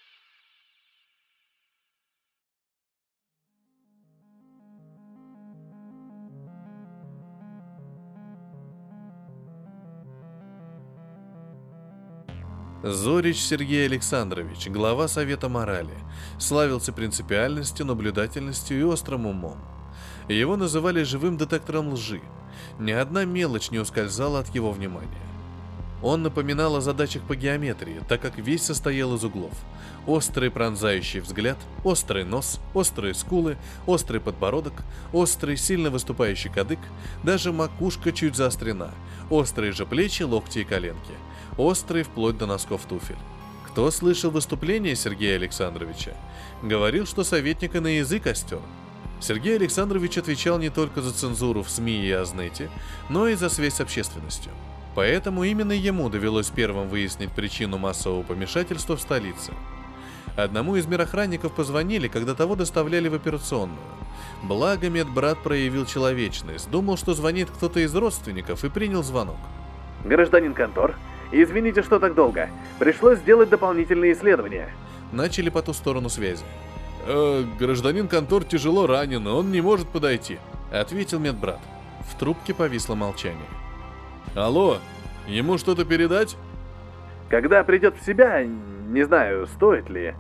Зорич Сергей Александрович, глава Совета морали, славился принципиальностью, наблюдательностью и острым умом. Его называли живым детектором лжи. Ни одна мелочь не ускользала от его внимания. Он напоминал о задачах по геометрии, так как весь состоял из углов. Острый пронзающий взгляд, острый нос, острые скулы, острый подбородок, острый сильно выступающий кадык, даже макушка чуть заострена, острые же плечи, локти и коленки, острые вплоть до носков туфель. Кто слышал выступление Сергея Александровича, говорил, что советника на язык остер. Сергей Александрович отвечал не только за цензуру в СМИ и Азнете, но и за связь с общественностью. Поэтому именно ему довелось первым выяснить причину массового помешательства в столице. Одному из мирохранников позвонили, когда того доставляли в операционную. Благо медбрат проявил человечность, думал, что звонит кто-то из родственников, и принял звонок. «Гражданин Контор, извините, что так долго. Пришлось сделать дополнительные исследования». Начали по ту сторону связи. «Гражданин Контор тяжело ранен, он не может подойти», — ответил медбрат. В трубке повисло молчание. «Алло, ему что-то передать?» «Когда придет в себя, не знаю, стоит ли.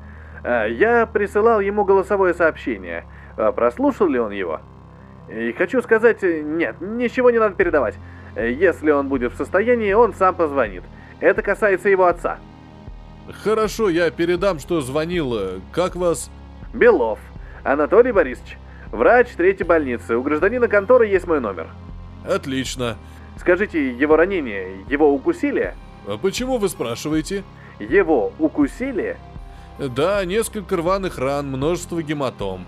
Я присылал ему голосовое сообщение. Прослушал ли он его? И хочу сказать, нет, ничего не надо передавать. Если он будет в состоянии, он сам позвонит. Это касается его отца». «Хорошо, я передам, что звонил. Как вас?» «Белов Анатолий Борисович, врач 3-й больницы. У гражданина Конторы есть мой номер». «Отлично. Скажите, его ранение, его укусили?» А почему вы спрашиваете?» «Его укусили?» «Да, несколько рваных ран, множество гематом».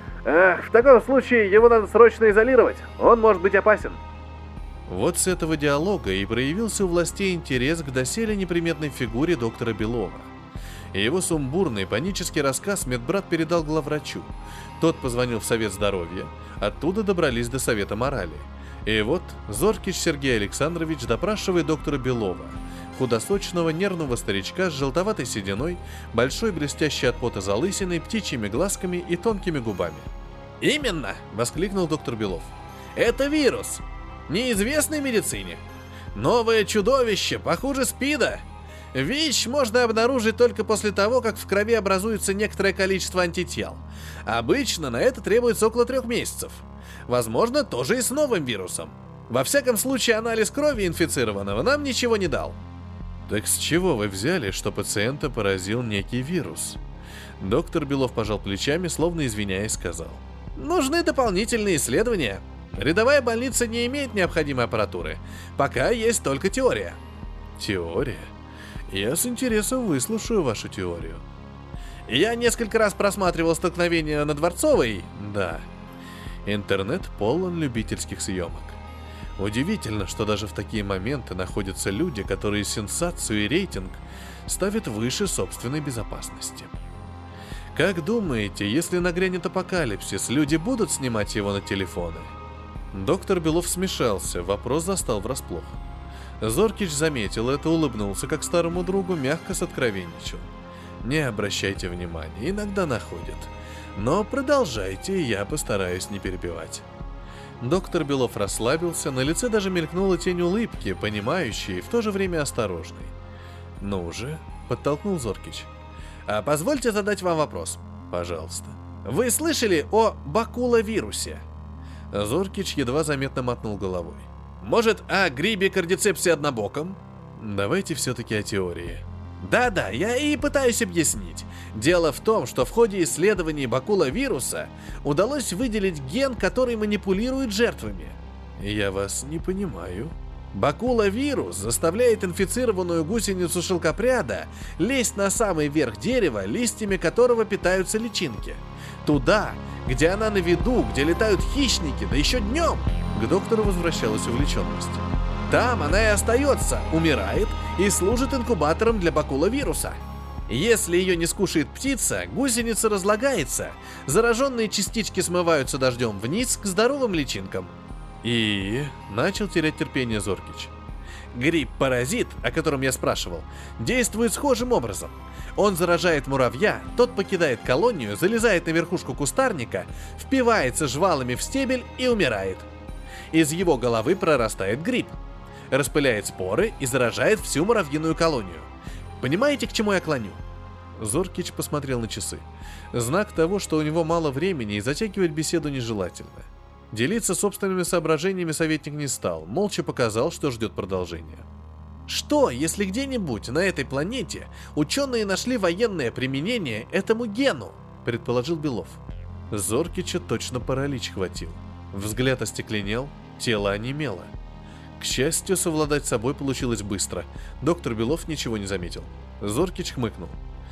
В таком случае его надо срочно изолировать. Он может быть опасен». Вот с этого диалога и проявился у властей интерес к доселе неприметной фигуре доктора Белова. Его сумбурный, панический рассказ медбрат передал главврачу. Тот позвонил в Совет здоровья, оттуда добрались до Совета морали. И вот Зоркич Сергей Александрович допрашивает доктора Белова, худосочного нервного старичка с желтоватой сединой, большой блестящей от пота залысиной, птичьими глазками и тонкими губами. «Именно!» — воскликнул доктор Белов. «Это вирус, неизвестный медицине. Новое чудовище, похуже СПИДа. ВИЧ можно обнаружить только после того, как в крови образуется некоторое количество антител. Обычно на это требуется около 3 месяцев. Возможно, тоже и с новым вирусом. Во всяком случае, анализ крови инфицированного нам ничего не дал». «Так с чего вы взяли, что пациента поразил некий вирус?» Доктор Белов пожал плечами, словно извиняясь, сказал. «Нужны дополнительные исследования. Рядовая больница не имеет необходимой аппаратуры. Пока есть только теория». «Теория? Я с интересом выслушаю вашу теорию». «Я несколько раз просматривал столкновение на Дворцовой». «Да. Интернет полон любительских съемок. Удивительно, что даже в такие моменты находятся люди, которые сенсацию и рейтинг ставят выше собственной безопасности. Как думаете, если нагрянет апокалипсис, люди будут снимать его на телефоны? Доктор Белов смешался, вопрос застал врасплох. Зоркич заметил это, улыбнулся, как старому другу, мягко соткровенничал. Не обращайте внимания, иногда находят. Но продолжайте, я постараюсь не перебивать. Доктор Белов расслабился, на лице даже мелькнула тень улыбки, понимающей и в то же время осторожной. «Ну же», — подтолкнул Зоркич. «Позвольте задать вам вопрос». «Пожалуйста». «Вы слышали о бакуловирусе?» Зоркич едва заметно мотнул головой. «Может, о грибе кардицепсе однобоком?» «Давайте все-таки о теории». Да, я и пытаюсь объяснить. Дело в том, что в ходе исследований бакуловируса удалось выделить ген, который манипулирует жертвами. Я вас не понимаю. Бакуловирус заставляет инфицированную гусеницу шелкопряда лезть на самый верх дерева, листьями которого питаются личинки. Туда, где она на виду, где летают хищники, да еще днем. К доктору возвращалась увлеченность. Там она и остается, умирает и служит инкубатором для бакуловируса. Если ее не скушает птица, гусеница разлагается, зараженные частички смываются дождем вниз к здоровым личинкам. И начал терять терпение Зоркич. Гриб-паразит, о котором я спрашивал, действует схожим образом. Он заражает муравья, тот покидает колонию, залезает на верхушку кустарника, впивается жвалами в стебель и умирает. Из его головы прорастает гриб, распыляет споры и заражает всю муравьиную колонию. Понимаете, к чему я клоню? Зоркич посмотрел на часы. Знак того, что у него мало времени и затягивать беседу нежелательно. Делиться собственными соображениями советник не стал, молча показал, что ждет продолжения. Что, если где-нибудь на этой планете ученые нашли военное применение этому гену? Предположил Белов. Зоркича точно паралич хватил. Взгляд остекленел, тело онемело. К счастью, совладать с собой получилось быстро. Доктор Белов ничего не заметил. Зоркич хмыкнул.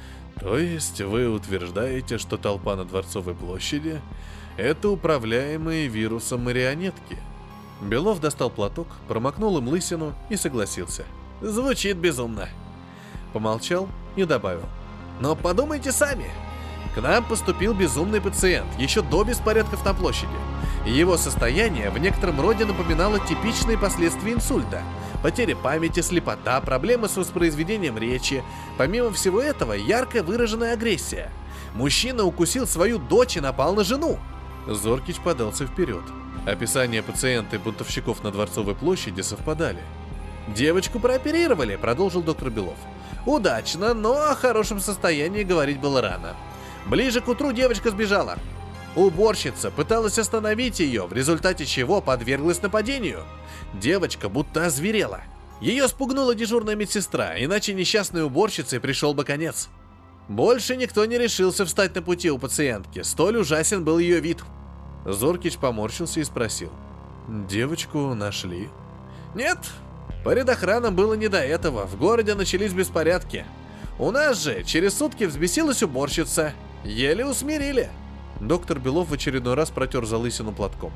То есть вы утверждаете, что толпа на Дворцовой площади — это управляемые вирусом марионетки? Белов достал платок, промокнул им лысину и согласился. Звучит безумно. Помолчал и добавил. Но подумайте сами. К нам поступил безумный пациент еще до беспорядков на площади. Его состояние в некотором роде напоминало типичные последствия инсульта. Потеря памяти, слепота, проблемы с воспроизведением речи. Помимо всего этого, ярко выраженная агрессия. Мужчина укусил свою дочь и напал на жену. Зоркич подался вперед. Описания пациента и бунтовщиков на Дворцовой площади совпадали. «Девочку прооперировали», — продолжил доктор Белов. «Удачно, но о хорошем состоянии говорить было рано. Ближе к утру девочка сбежала. Уборщица пыталась остановить ее, в результате чего подверглась нападению. Девочка будто озверела. Ее спугнула дежурная медсестра, иначе несчастной уборщице пришел бы конец. Больше никто не решился встать на пути у пациентки, столь ужасен был ее вид». Зоркич поморщился и спросил. «Девочку нашли?» «Нет, по редохранам было не до этого, в городе начались беспорядки. У нас же через сутки взбесилась уборщица, еле усмирили». Доктор Белов в очередной раз протер залысину платком.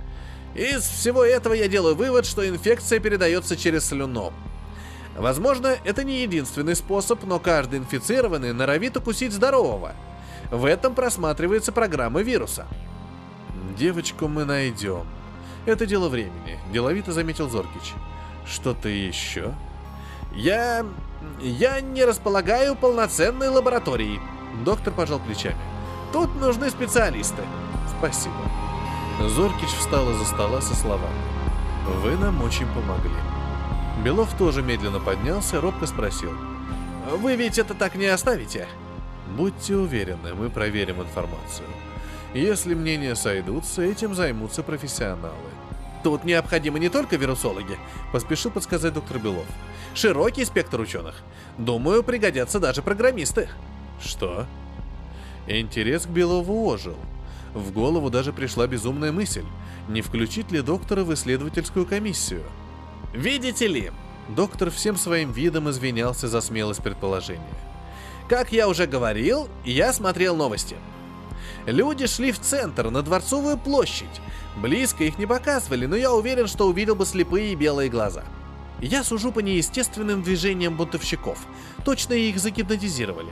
«Из всего этого я делаю вывод, что инфекция передается через слюну. Возможно, это не единственный способ, но каждый инфицированный норовит укусить здорового. В этом просматривается программа вируса». «Девочку мы найдем. Это дело времени», — деловито заметил Зоркич. «Что-то еще?» Я не располагаю полноценной лабораторией». Доктор пожал плечами. «Тут нужны специалисты». «Спасибо». Зоркич встал из-за стола со словами. «Вы нам очень помогли». Белов тоже медленно поднялся, робко спросил. «Вы ведь это так не оставите?» «Будьте уверены, мы проверим информацию. Если мнения сойдутся, этим займутся профессионалы». «Тут необходимы не только вирусологи», — поспешил подсказать доктор Белов. «Широкий спектр ученых. Думаю, пригодятся даже программисты». «Что?» Интерес к Белову ожил. В голову даже пришла безумная мысль, не включить ли доктора в исследовательскую комиссию. «Видите ли», — доктор всем своим видом извинялся за смелость предположения. «Как я уже говорил, я смотрел новости. Люди шли в центр, на Дворцовую площадь. Близко их не показывали, но я уверен, что увидел бы слепые белые глаза. Я сужу по неестественным движениям бунтовщиков. Точно их загипнотизировали.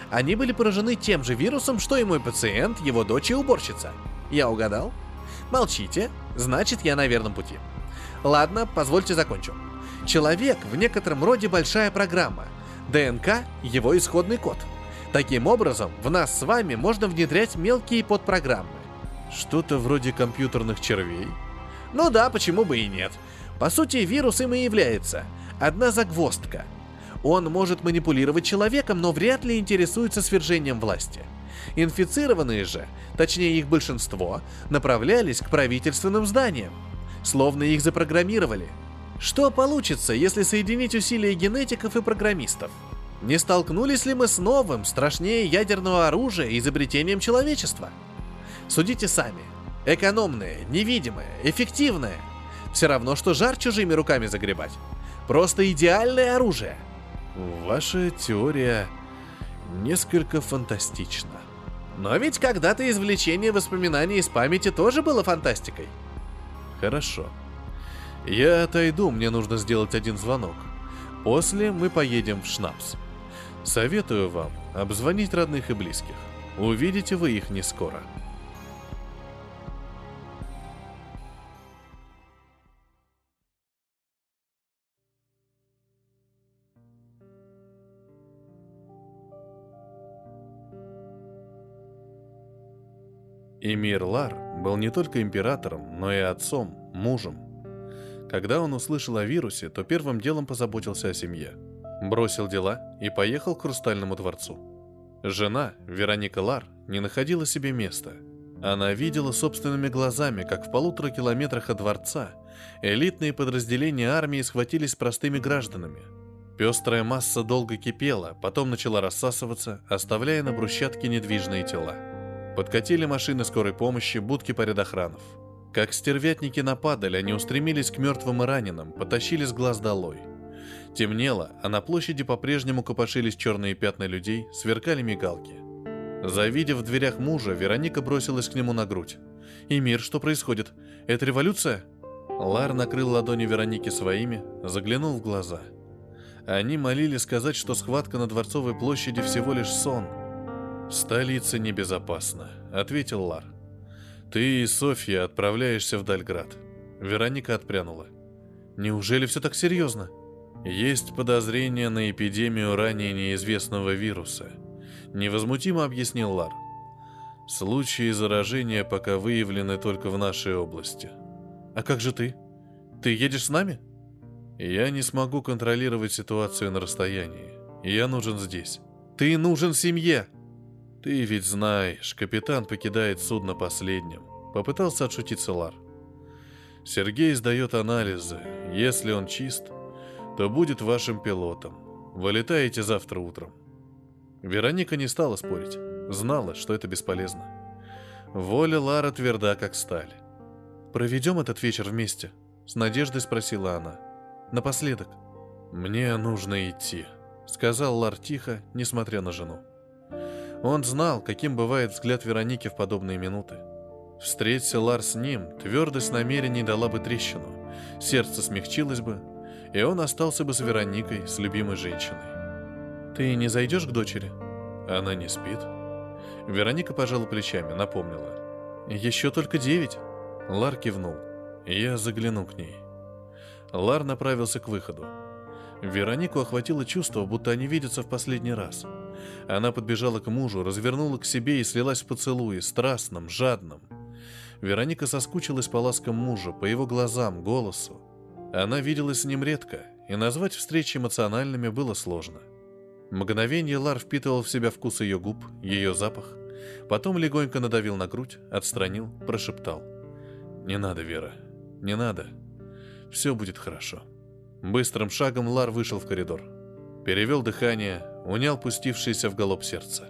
Они были поражены тем же вирусом, что и мой пациент, его дочь и уборщица. Я угадал? Молчите, значит, я на верном пути. Ладно, позвольте закончу. Человек в некотором роде большая программа. ДНК – его исходный код. Таким образом, в нас с вами можно внедрять мелкие подпрограммы. Что-то вроде компьютерных червей? Ну да, почему бы и нет. По сути, вирус им и является. Одна загвоздка. Он может манипулировать человеком, но вряд ли интересуется свержением власти. Инфицированные же, точнее их большинство, направлялись к правительственным зданиям. Словно их запрограммировали. Что получится, если соединить усилия генетиков и программистов? Не столкнулись ли мы с новым, страшнее ядерного оружия, изобретением человечества? Судите сами. Экономное, невидимое, эффективное. Все равно, что жар чужими руками загребать. Просто идеальное оружие. Ваша теория несколько фантастична. Но ведь когда-то извлечение воспоминаний из памяти тоже было фантастикой. Хорошо. Я отойду, мне нужно сделать один звонок. После мы поедем в Шнапс. Советую вам обзвонить родных и близких. Увидите вы их не скоро. Эмир Лар был не только императором, но и отцом, мужем. Когда он услышал о вирусе, то первым делом позаботился о семье. Бросил дела и поехал к Хрустальному дворцу. Жена, Вероника Лар, не находила себе места. Она видела собственными глазами, как в 1,5 километрах от дворца элитные подразделения армии схватились с простыми гражданами. Пестрая масса долго кипела, потом начала рассасываться, оставляя на брусчатке недвижные тела. Подкатили машины скорой помощи, будки парадохранов. Как стервятники нападали, они устремились к мертвым и раненым, потащили с глаз долой. Темнело, а на площади по-прежнему копошились черные пятна людей, сверкали мигалки. Завидев в дверях мужа, Вероника бросилась к нему на грудь. «Эмир, что происходит? Это революция?» Лар накрыл ладони Вероники своими, заглянул в глаза. Они молили сказать, что схватка на Дворцовой площади всего лишь сон. «Столица небезопасна», — ответил Лар. «Ты и Софья отправляешься в Дальград». Вероника отпрянула. «Неужели все так серьезно?» «Есть подозрение на эпидемию ранее неизвестного вируса», — невозмутимо объяснил Лар. «Случаи заражения пока выявлены только в нашей области». «А как же ты? Ты едешь с нами?» «Я не смогу контролировать ситуацию на расстоянии. Я нужен здесь». «Ты нужен семье!» «Ты ведь знаешь, капитан покидает судно последним», — попытался отшутиться Лар. «Сергей сдает анализы. Если он чист, то будет вашим пилотом. Вылетаете завтра утром». Вероника не стала спорить. Знала, что это бесполезно. Воля Лара тверда, как сталь. «Проведем этот вечер вместе?» — с надеждой спросила она. «Напоследок». «Мне нужно идти», — сказал Лар тихо, несмотря на жену. Он знал, каким бывает взгляд Вероники в подобные минуты. Встреться Лар с ним, твердость намерений дала бы трещину, сердце смягчилось бы, и он остался бы с Вероникой, с любимой женщиной. «Ты не зайдешь к дочери?» «Она не спит». Вероника пожала плечами, напомнила. «Еще только 9». Лар кивнул. «Я загляну к ней». Лар направился к выходу. Веронику охватило чувство, будто они видятся в последний раз. Она подбежала к мужу, развернула к себе и слилась в поцелуе, страстном, жадном. Вероника соскучилась по ласкам мужа, по его глазам, голосу. Она виделась с ним редко, и назвать встречи эмоциональными было сложно. Мгновенье Лар впитывал в себя вкус ее губ, ее запах, потом легонько надавил на грудь, отстранил, прошептал. «Не надо, Вера, не надо. Все будет хорошо». Быстрым шагом Лар вышел в коридор. Перевел дыхание, унял пустившееся в галоп сердце.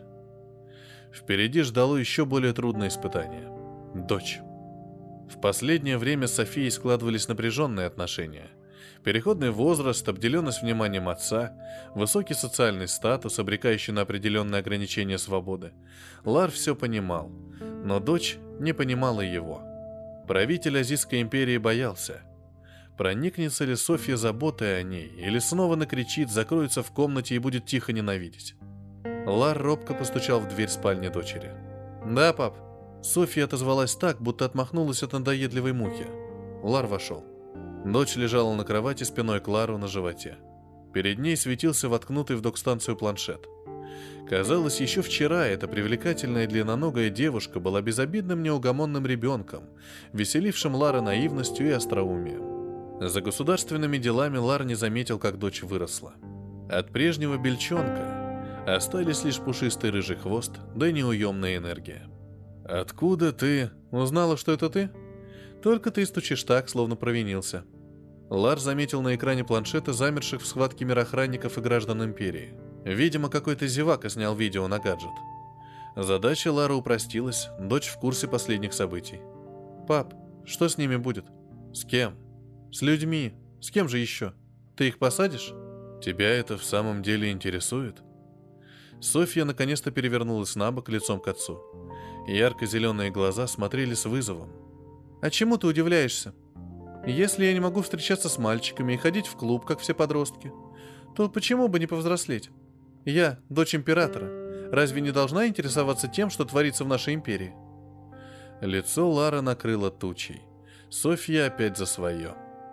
Впереди ждало еще более трудное испытание – дочь. В последнее время с Софией складывались напряженные отношения. Переходный возраст, обделенность вниманием отца, высокий социальный статус, обрекающий на определенные ограничения свободы. Лар все понимал, но дочь не понимала его. Правитель Азийской империи боялся. Проникнется ли Софья заботой о ней, или снова накричит, закроется в комнате и будет тихо ненавидеть? Лар робко постучал в дверь спальни дочери. «Да, пап». Софья отозвалась так, будто отмахнулась от надоедливой мухи. Лар вошел. Дочь лежала на кровати спиной к Лару на животе. Перед ней светился воткнутый в док-станцию планшет. Казалось, еще вчера эта привлекательная длинноногая девушка была безобидным неугомонным ребенком, веселившим Лара наивностью и остроумием. За государственными делами Лар не заметил, как дочь выросла. От прежнего бельчонка остались лишь пушистый рыжий хвост, да неуемная энергия. «Откуда ты? Узнала, что это ты? Только ты стучишь так, словно провинился». Лар заметил на экране планшета замерших в схватке мирохранников и граждан Империи. Видимо, какой-то зевака снял видео на гаджет. Задача Лара упростилась, дочь в курсе последних событий. «Пап, что с ними будет? С кем? С людьми. С кем же еще? Ты их посадишь? Тебя это в самом деле интересует?» Софья наконец-то перевернулась на бок лицом к отцу. Ярко-зеленые глаза смотрели с вызовом. «А чему ты удивляешься? Если я не могу встречаться с мальчиками и ходить в клуб, как все подростки, то почему бы не повзрослеть? Я, дочь императора, разве не должна интересоваться тем, что творится в нашей империи?» Лицо Лара накрыло тучей. Софья опять за свое.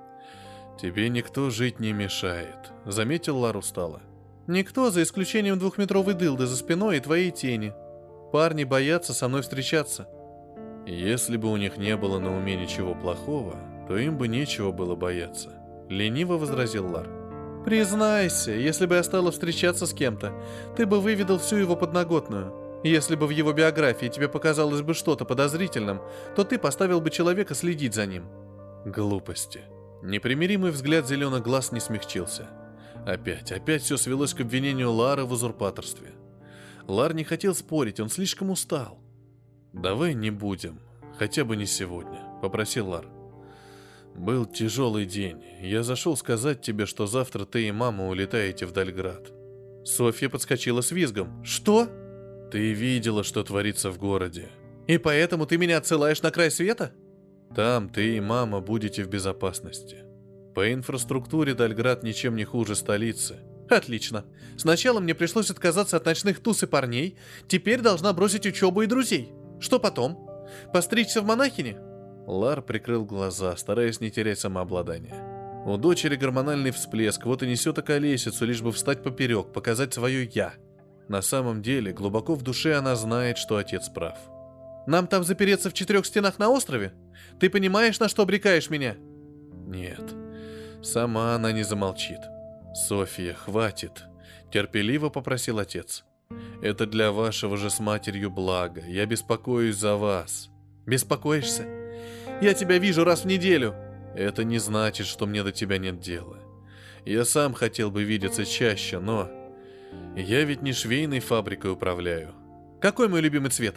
«Тебе никто жить не мешает», — заметил Лар устало. «Никто, за исключением 2-метровой дылды за спиной и твоей тени. Парни боятся со мной встречаться». «Если бы у них не было на уме ничего плохого, то им бы нечего было бояться», — лениво возразил Лар. «Признайся, если бы я стала встречаться с кем-то, ты бы выведал всю его подноготную. Если бы в его биографии тебе показалось бы что-то подозрительным, то ты поставил бы человека следить за ним». Глупости. Непримиримый взгляд зеленых глаз не смягчился. Опять все свелось к обвинению Лара в узурпаторстве. Лар не хотел спорить, он слишком устал. «Давай не будем, хотя бы не сегодня», — попросил Лар. «Был тяжелый день. Я зашел сказать тебе, что завтра ты и мама улетаете в Дальград». Софья подскочила с визгом. «Что?» «Ты видела, что творится в городе. И поэтому ты меня отсылаешь на край света?» «Там ты и мама будете в безопасности. По инфраструктуре Дальград ничем не хуже столицы». «Отлично. Сначала мне пришлось отказаться от ночных туз и парней, теперь должна бросить учебу и друзей. Что потом? Постричься в монахини?» Лар прикрыл глаза, стараясь не терять самообладание. У дочери гормональный всплеск, вот и несет околесицу, лишь бы встать поперек, показать свое «я». На самом деле, глубоко в душе она знает, что отец прав. «Нам там запереться в 4 стенах на острове? Ты понимаешь, на что обрекаешь меня?» «Нет, сама она не замолчит». «Софья, хватит», — терпеливо попросил отец. «Это для вашего же с матерью блага. Я беспокоюсь за вас». «Беспокоишься? Я тебя вижу раз в неделю». «Это не значит, что мне до тебя нет дела. Я сам хотел бы видеться чаще, но... Я ведь не швейной фабрикой управляю». «Какой мой любимый цвет?»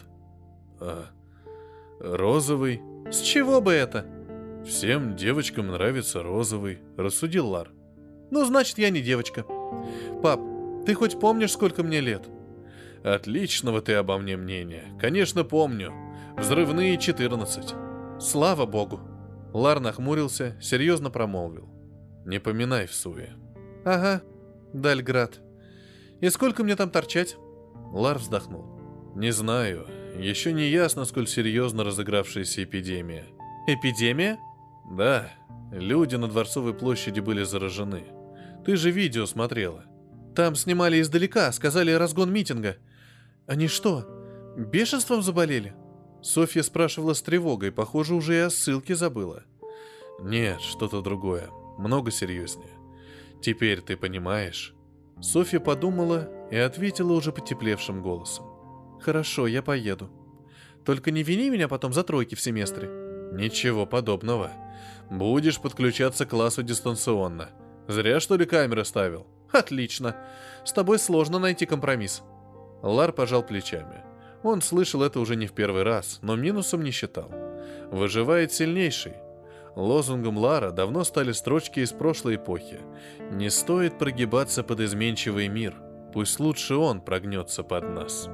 «Розовый». «С чего бы это?» «Всем девочкам нравится розовый», — рассудил Лар. «Ну, значит, я не девочка. Пап, ты хоть помнишь, сколько мне лет?» «Отличного ты обо мне мнения. Конечно, помню. Взрывные 14. Слава богу». Лар нахмурился, серьезно промолвил. «Не поминай в суе». «Ага, Дальград. И сколько мне там торчать?» Лар вздохнул. «Не знаю. Еще не ясно, сколь серьезно разыгравшаяся эпидемия». «Эпидемия?» «Да. Люди на Дворцовой площади были заражены. Ты же видео смотрела». «Там снимали издалека, сказали разгон митинга. Они что, бешенством заболели?» Софья спрашивала с тревогой, похоже, уже и о ссылке забыла. «Нет, что-то другое. Много серьезнее. Теперь ты понимаешь?» Софья подумала и ответила уже потеплевшим голосом. «Хорошо, я поеду. Только не вини меня потом за тройки в семестре». «Ничего подобного. Будешь подключаться к классу дистанционно. Зря, что ли, камеры ставил?» «Отлично. С тобой сложно найти компромисс». Лар пожал плечами. Он слышал это уже не в первый раз, но минусом не считал. «Выживает сильнейший». Лозунгом Лара давно стали строчки из прошлой эпохи. «Не стоит прогибаться под изменчивый мир. Пусть лучше он прогнется под нас».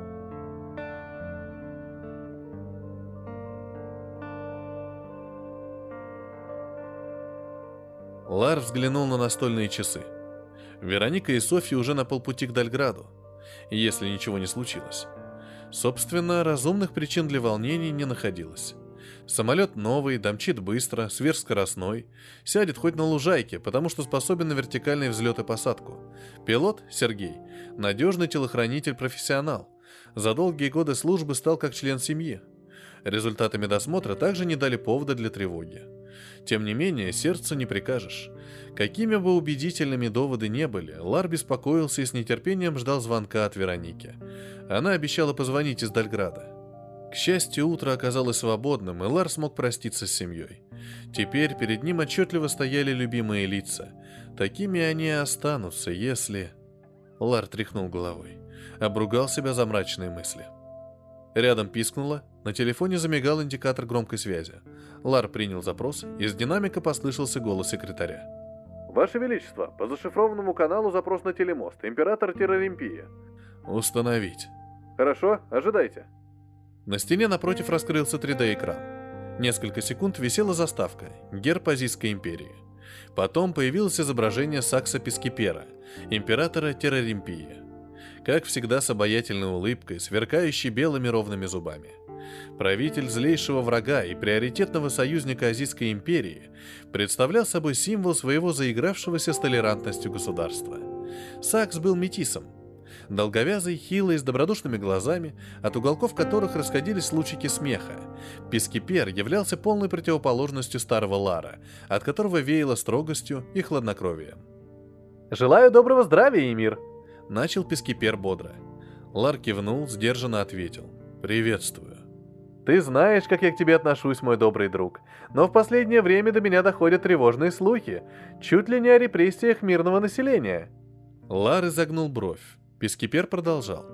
Лар взглянул на настольные часы. Вероника и Софья уже на полпути к Дальграду. если ничего не случилось. Собственно, разумных причин для волнений не находилось. Самолет новый, домчит быстро, сверхскоростной, сядет хоть на лужайке, потому что способен на вертикальный взлет и посадку. Пилот, Сергей, надежный телохранитель-профессионал. За долгие годы службы стал как член семьи. Результаты медосмотра также не дали повода для тревоги. Тем не менее, сердцу не прикажешь. Какими бы убедительными доводы не были, Лар беспокоился и с нетерпением ждал звонка от Вероники. Она обещала позвонить из Дальграда. К счастью, утро оказалось свободным, и Лар смог проститься с семьей. Теперь перед ним отчетливо стояли любимые лица. Такими они и останутся, если... Лар тряхнул головой. Обругал себя за мрачные мысли. Рядом пискнуло, на телефоне замигал индикатор громкой связи. Лар принял запрос, из динамика послышался голос секретаря. Ваше Величество, по зашифрованному каналу запрос на телемост. Император Терраримпия. Установить. Хорошо, ожидайте. На стене напротив раскрылся 3D-экран. Несколько секунд висела заставка «Герб Азийской империи». Потом появилось изображение Сакса Пискипера, императора Терраримпии. Как всегда с обаятельной улыбкой, сверкающей белыми ровными зубами. Правитель злейшего врага и приоритетного союзника Азийской империи представлял собой символ своего заигравшегося с толерантностью государства. Сакс был метисом. Долговязый, хилый, с добродушными глазами, от уголков которых расходились лучики смеха. Пискипер являлся полной противоположностью старого Лара, от которого веяло строгостью и хладнокровием. «Желаю доброго здравия, Эмир!» — начал Пискипер бодро. Лар кивнул, сдержанно ответил. «Приветствую». «Ты знаешь, как я к тебе отношусь, мой добрый друг, но в последнее время до меня доходят тревожные слухи, чуть ли не о репрессиях мирного населения». Лар изогнул бровь. Пискипер продолжал.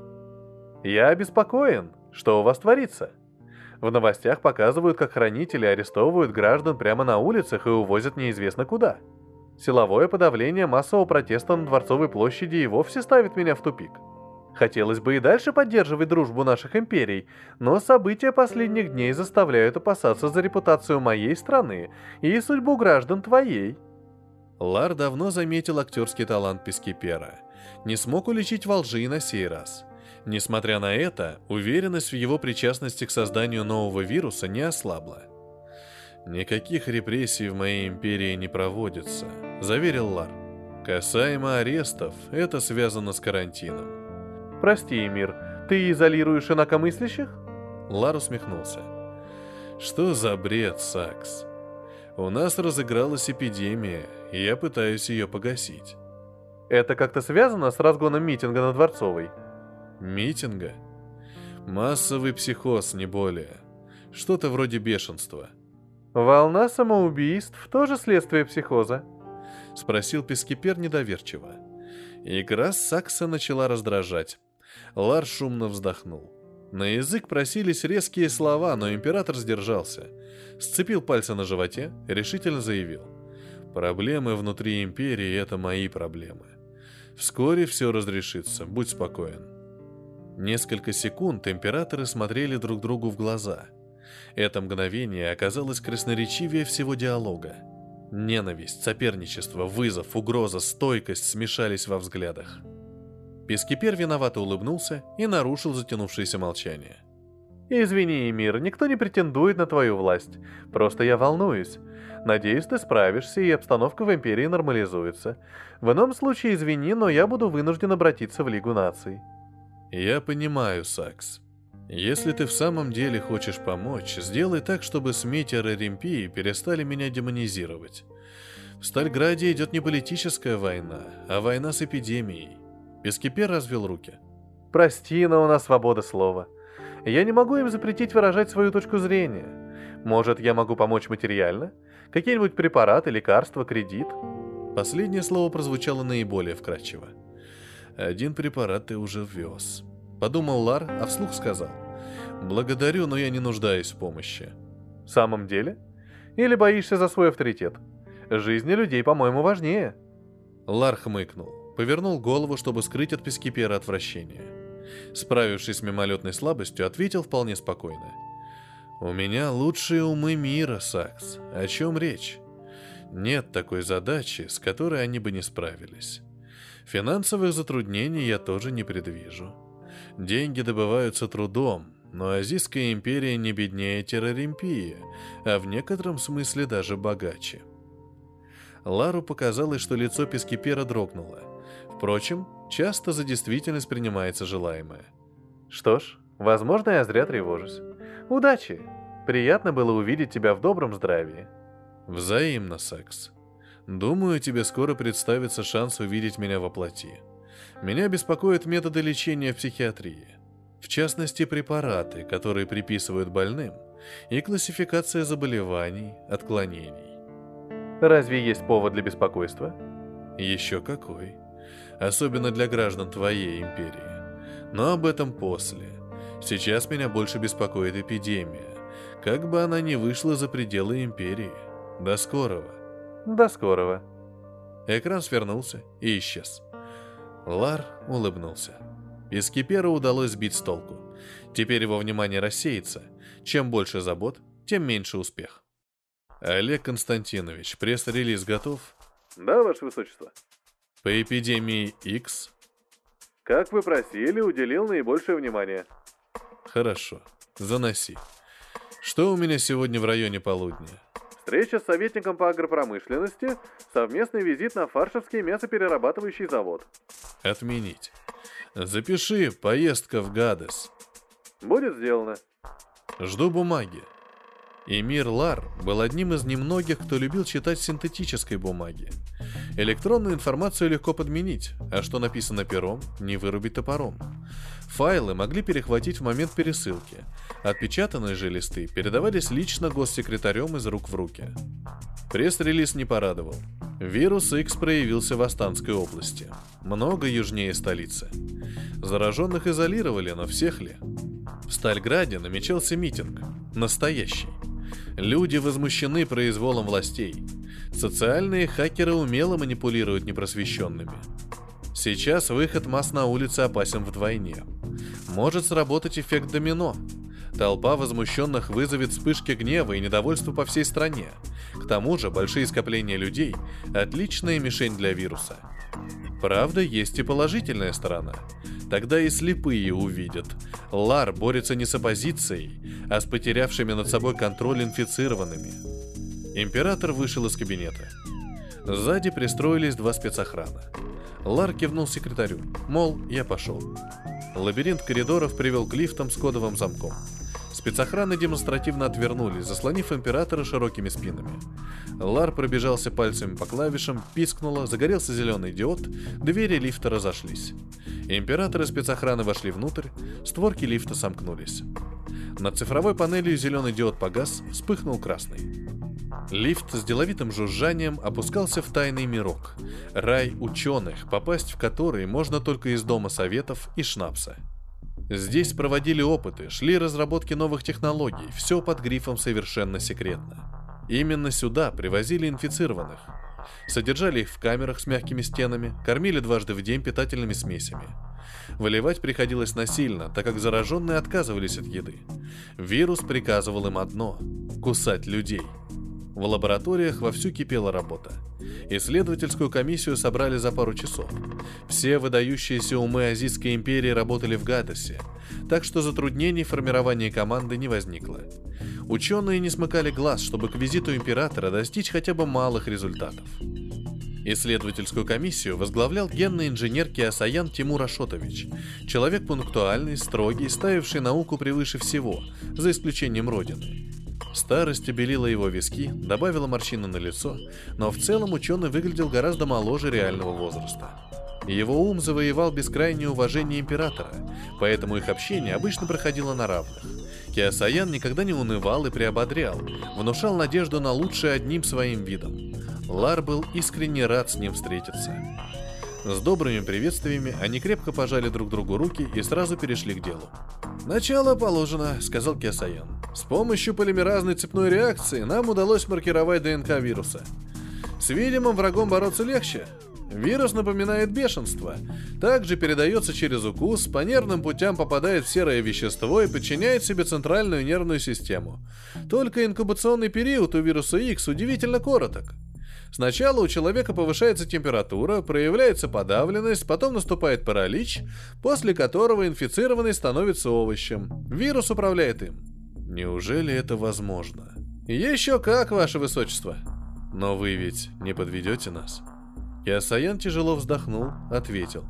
«Я обеспокоен. Что у вас творится? В новостях показывают, как хранители арестовывают граждан прямо на улицах и увозят неизвестно куда. Силовое подавление массового протеста на Дворцовой площади и вовсе ставит меня в тупик. Хотелось бы и дальше поддерживать дружбу наших империй, но события последних дней заставляют опасаться за репутацию моей страны и судьбу граждан твоей». Лар давно заметил актерский талант Пискипера. Не смог уличить во лжи и на сей раз. Несмотря на это, уверенность в его причастности к созданию нового вируса не ослабла. «Никаких репрессий в моей империи не проводится», — заверил Лар. «Касаемо арестов, это связано с карантином». «Прости, Эмир, ты изолируешь инакомыслящих?» Лар усмехнулся. «Что за бред, Сакс? У нас разыгралась эпидемия, и я пытаюсь ее погасить». «Это как-то связано с разгоном митинга на Дворцовой?» «Митинга? Массовый психоз, не более. Что-то вроде бешенства». «Волна самоубийств тоже следствие психоза?» — спросил Пискипер недоверчиво. Игра Сакса начала раздражать. Лар шумно вздохнул. На язык просились резкие слова, но император сдержался. Сцепил пальцы на животе, решительно заявил. «Проблемы внутри империи — это мои проблемы. Вскоре все разрешится, будь спокоен». Несколько секунд императоры смотрели друг другу в глаза. Это мгновение оказалось красноречивее всего диалога. Ненависть, соперничество, вызов, угроза, стойкость смешались во взглядах. Пискипер виновато улыбнулся и нарушил затянувшееся молчание. «Извини, Эмир, никто не претендует на твою власть. Просто я волнуюсь. Надеюсь, ты справишься, и обстановка в Империи нормализуется. В ином случае, извини, но я буду вынужден обратиться в Лигу наций». «Я понимаю, Сакс. Если ты в самом деле хочешь помочь, сделай так, чтобы СМИ Терраримпии перестали меня демонизировать. В Стальграде идет не политическая война, а война с эпидемией». Пискипер развел руки. «Прости, но у нас свобода слова. Я не могу им запретить выражать свою точку зрения. Может, я могу помочь материально? Какие-нибудь препараты, лекарства, кредит?» Последнее слово прозвучало наиболее вкратчиво. «Один препарат ты уже ввез», — подумал Лар, а вслух сказал. «Благодарю, но я не нуждаюсь в помощи». «В самом деле? Или боишься за свой авторитет? Жизни людей, по-моему, важнее». Лар хмыкнул, повернул голову, чтобы скрыть от Пискипера отвращение. Справившись с мимолетной слабостью, ответил вполне спокойно. «У меня лучшие умы мира, Сакс. О чем речь? Нет такой задачи, с которой они бы не справились. Финансовых затруднений я тоже не предвижу. Деньги добываются трудом, но Азийская империя не беднее Терраримпии, а в некотором смысле даже богаче. Лару показалось, что лицо Пескипера дрогнуло. Впрочем, часто за действительность принимается желаемое. Что ж, возможно, я зря тревожусь. Удачи! Приятно было увидеть тебя в добром здравии. Взаимно, Секс. Думаю, тебе скоро представится шанс увидеть меня во плоти. Меня беспокоят методы лечения в психиатрии. В частности, препараты, которые приписывают больным, и классификация заболеваний, отклонений. Разве есть повод для беспокойства? Еще какой. Особенно для граждан твоей империи. Но об этом после. Сейчас меня больше беспокоит эпидемия. Как бы она ни вышла за пределы империи. До скорого. До скорого. Экран свернулся и исчез. Лар улыбнулся. Пескипера удалось сбить с толку. Теперь его внимание рассеется. Чем больше забот, тем меньше успех. Олег Константинович, пресс-релиз готов? Да, Ваше Высочество. По эпидемии X? Как вы просили, уделил наибольшее внимание. Хорошо, заноси. Что у меня сегодня в районе полудня? Встреча с советником по агропромышленности, совместный визит на Фаршевский мясоперерабатывающий завод. Отменить. Запиши поездка в Гадес. Будет сделано. Жду бумаги. Эмир Лар был одним из немногих, кто любил читать синтетической бумаги. Электронную информацию легко подменить, а что написано пером, не вырубить топором. Файлы могли перехватить в момент пересылки. Отпечатанные же листы передавались лично госсекретарем из рук в руки. Пресс-релиз не порадовал. Вирус X проявился в Астанской области. Много южнее столицы. Зараженных изолировали, но всех ли? В Стальграде намечался митинг. Настоящий. Люди возмущены произволом властей. Социальные хакеры умело манипулируют непросвещенными. Сейчас выход масс на улице опасен вдвойне. Может сработать эффект домино. Толпа возмущенных вызовет вспышки гнева и недовольства по всей стране. К тому же большие скопления людей – отличная мишень для вируса. Правда, есть и положительная сторона. Тогда и слепые увидят. Лар борется не с оппозицией, а с потерявшими над собой контроль инфицированными. Император вышел из кабинета. Сзади пристроились два спецохрана. Лар кивнул секретарю, мол, я пошел. Лабиринт коридоров привел к лифтам с кодовым замком. Спецохраны демонстративно отвернулись, заслонив императора широкими спинами. Лар пробежался пальцами по клавишам, пискнуло, загорелся зеленый диод, двери лифта разошлись. Император и спецохраны вошли внутрь, створки лифта сомкнулись. Над цифровой панелью зеленый диод погас, вспыхнул красный. Лифт с деловитым жужжанием опускался в тайный мирок, рай ученых, попасть в который можно только из дома советов и шнапса. Здесь проводили опыты, шли разработки новых технологий, все под грифом «совершенно секретно». Именно сюда привозили инфицированных. Содержали их в камерах с мягкими стенами, кормили дважды в день питательными смесями. Выливать приходилось насильно, так как зараженные отказывались от еды. Вирус приказывал им одно – кусать людей. В лабораториях вовсю кипела работа. Исследовательскую комиссию собрали за пару часов. Все выдающиеся умы Азийской империи работали в Гадесе, так что затруднений в формировании команды не возникло. Ученые не смыкали глаз, чтобы к визиту императора достичь хотя бы малых результатов. Исследовательскую комиссию возглавлял генный инженер Киасаян Тимур Ашотович, человек пунктуальный, строгий, ставивший науку превыше всего, за исключением Родины. Старость обелила его виски, добавила морщины на лицо, но в целом ученый выглядел гораздо моложе реального возраста. Его ум завоевал бескрайнее уважение императора, поэтому их общение обычно проходило на равных. Киасаян никогда не унывал и приободрял, внушал надежду на лучшее одним своим видом. Лар был искренне рад с ним встретиться. С добрыми приветствиями они крепко пожали друг другу руки и сразу перешли к делу. «Начало положено», — сказал Киасаян. «С помощью полимеразной цепной реакции нам удалось маркировать ДНК вируса. С видимым врагом бороться легче. Вирус напоминает бешенство. Также передается через укус, по нервным путям попадает в серое вещество и подчиняет себе центральную нервную систему. Только инкубационный период у вируса X удивительно короток. Сначала у человека повышается температура, проявляется подавленность, потом наступает паралич, после которого инфицированный становится овощем. Вирус управляет им. Неужели это возможно? Еще как, ваше высочество. Но вы ведь не подведете нас? Киосаян тяжело вздохнул, ответил.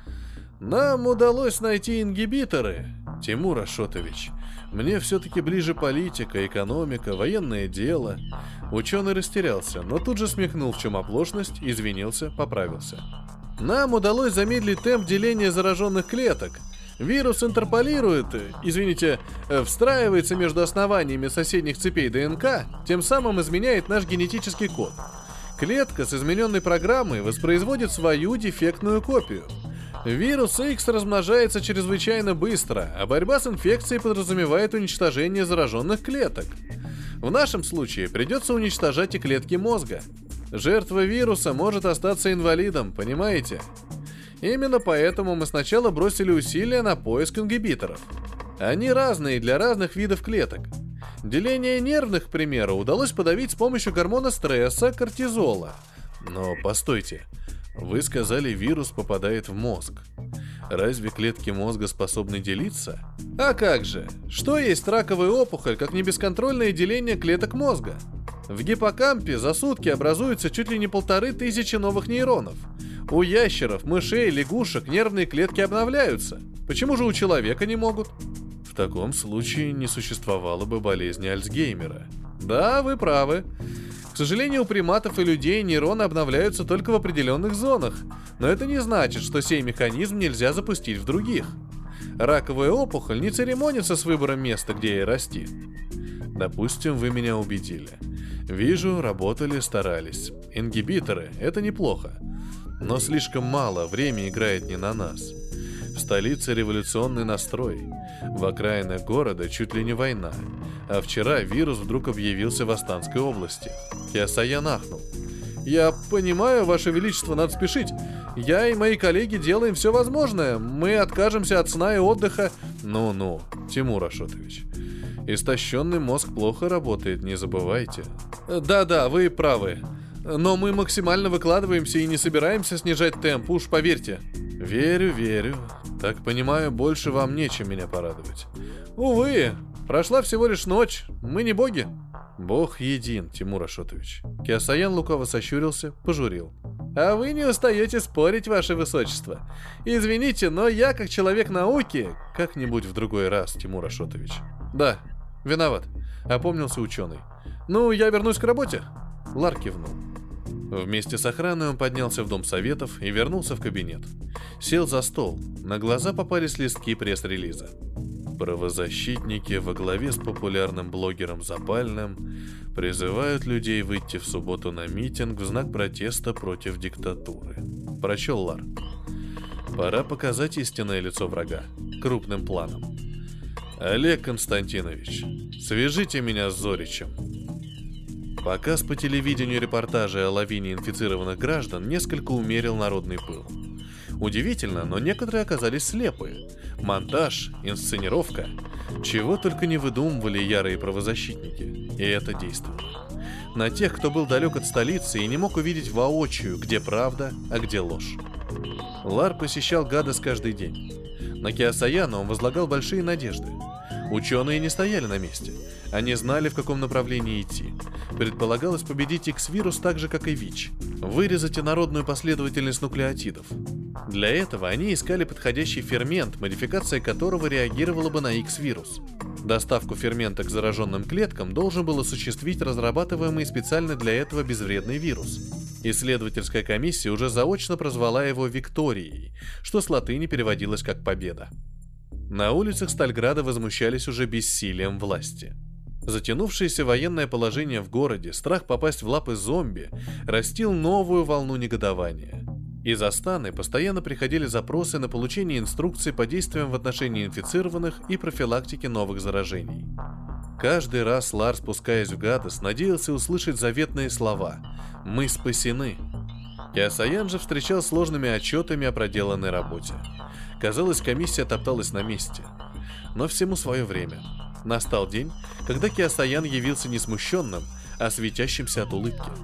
Нам удалось найти ингибиторы, Тимур Ашотович. Мне все-таки ближе политика, экономика, военное дело. Ученый растерялся, но тут же смехнул, в чем оплошность, извинился, поправился. Нам удалось замедлить темп деления зараженных клеток. Вирус интерполирует, встраивается между основаниями соседних цепей ДНК, тем самым изменяет наш генетический код. Клетка с измененной программой воспроизводит свою дефектную копию. Вирус X размножается чрезвычайно быстро, а борьба с инфекцией подразумевает уничтожение зараженных клеток. В нашем случае придется уничтожать и клетки мозга. Жертва вируса может остаться инвалидом, понимаете? Именно поэтому мы сначала бросили усилия на поиск ингибиторов. Они разные для разных видов клеток. Деление нервных, к примеру, удалось подавить с помощью гормона стресса кортизола. Но постойте, вы сказали, вирус попадает в мозг. Разве клетки мозга способны делиться? А как же? Что есть раковая опухоль, как не бесконтрольное деление клеток мозга? В гиппокампе за сутки образуется чуть ли не 1500 новых нейронов. У ящеров, мышей, лягушек нервные клетки обновляются. Почему же у человека не могут? В таком случае не существовало бы болезни Альцгеймера. Да, вы правы. К сожалению, у приматов и людей нейроны обновляются только в определенных зонах, но это не значит, что сей механизм нельзя запустить в других. Раковая опухоль не церемонится с выбором места, где ей расти. Допустим, вы меня убедили. Вижу, работали, старались. Ингибиторы – это неплохо. Но слишком мало, время играет не на нас. В столице революционный настрой. В окраинах города чуть ли не война. А вчера вирус вдруг объявился в Астанской области. Киосаян ахнул. «Я понимаю, Ваше Величество, надо спешить. Я и мои коллеги делаем все возможное. Мы откажемся от сна и отдыха». Ну-ну, Тимур Ашотович. Истощенный мозг плохо работает, не забывайте. Да-да, вы правы. Но мы максимально выкладываемся и не собираемся снижать темп, уж поверьте. Верю. Так понимаю, больше вам нечем меня порадовать. Увы, прошла всего лишь ночь, мы не боги. Бог един, Тимур Ашотович. Киосаян лукаво сощурился, пожурил. А вы не устаете спорить, Ваше Высочество. Извините, но я, как человек науки, как-нибудь в другой раз, Тимур Ашотович. Да, виноват, опомнился ученый. Ну, я вернусь к работе. Лар кивнул. Вместе с охраной он поднялся в Дом Советов и вернулся в кабинет. Сел за стол, на глаза попались листки пресс-релиза. Правозащитники во главе с популярным блогером Запальным призывают людей выйти в субботу на митинг в знак протеста против диктатуры. Прочел Лар. Пора показать истинное лицо врага, крупным планом. Олег Константинович, свяжите меня с Зоричем. Показ по телевидению репортажа о лавине инфицированных граждан несколько умерил народный пыл. Удивительно, но некоторые оказались слепы. Монтаж, инсценировка. Чего только не выдумывали ярые правозащитники. И это действовало. На тех, кто был далек от столицы и не мог увидеть воочию, где правда, а где ложь. Лар посещал Гадес каждый день. На Киосаяна он возлагал большие надежды. Ученые не стояли на месте. Они знали, в каком направлении идти. Предполагалось победить X-вирус так же, как и ВИЧ. Вырезать инородную последовательность нуклеотидов. Для этого они искали подходящий фермент, модификация которого реагировала бы на X-вирус. Доставку фермента к зараженным клеткам должен был осуществить разрабатываемый специально для этого безвредный вирус. Исследовательская комиссия уже заочно прозвала его Викторией, что с латыни переводилось как «победа». На улицах Стальграда возмущались уже бессилием власти. Затянувшееся военное положение в городе, страх попасть в лапы зомби, растил новую волну негодования. Из Астаны постоянно приходили запросы на получение инструкций по действиям в отношении инфицированных и профилактике новых заражений. Каждый раз Лар, спускаясь в Гадес, надеялся услышать заветные слова «Мы спасены». Киосаян же встречал сложными отчетами о проделанной работе. Казалось, комиссия топталась на месте. Но всему свое время. Настал день, когда Киосаян явился не смущенным, а светящимся от улыбки.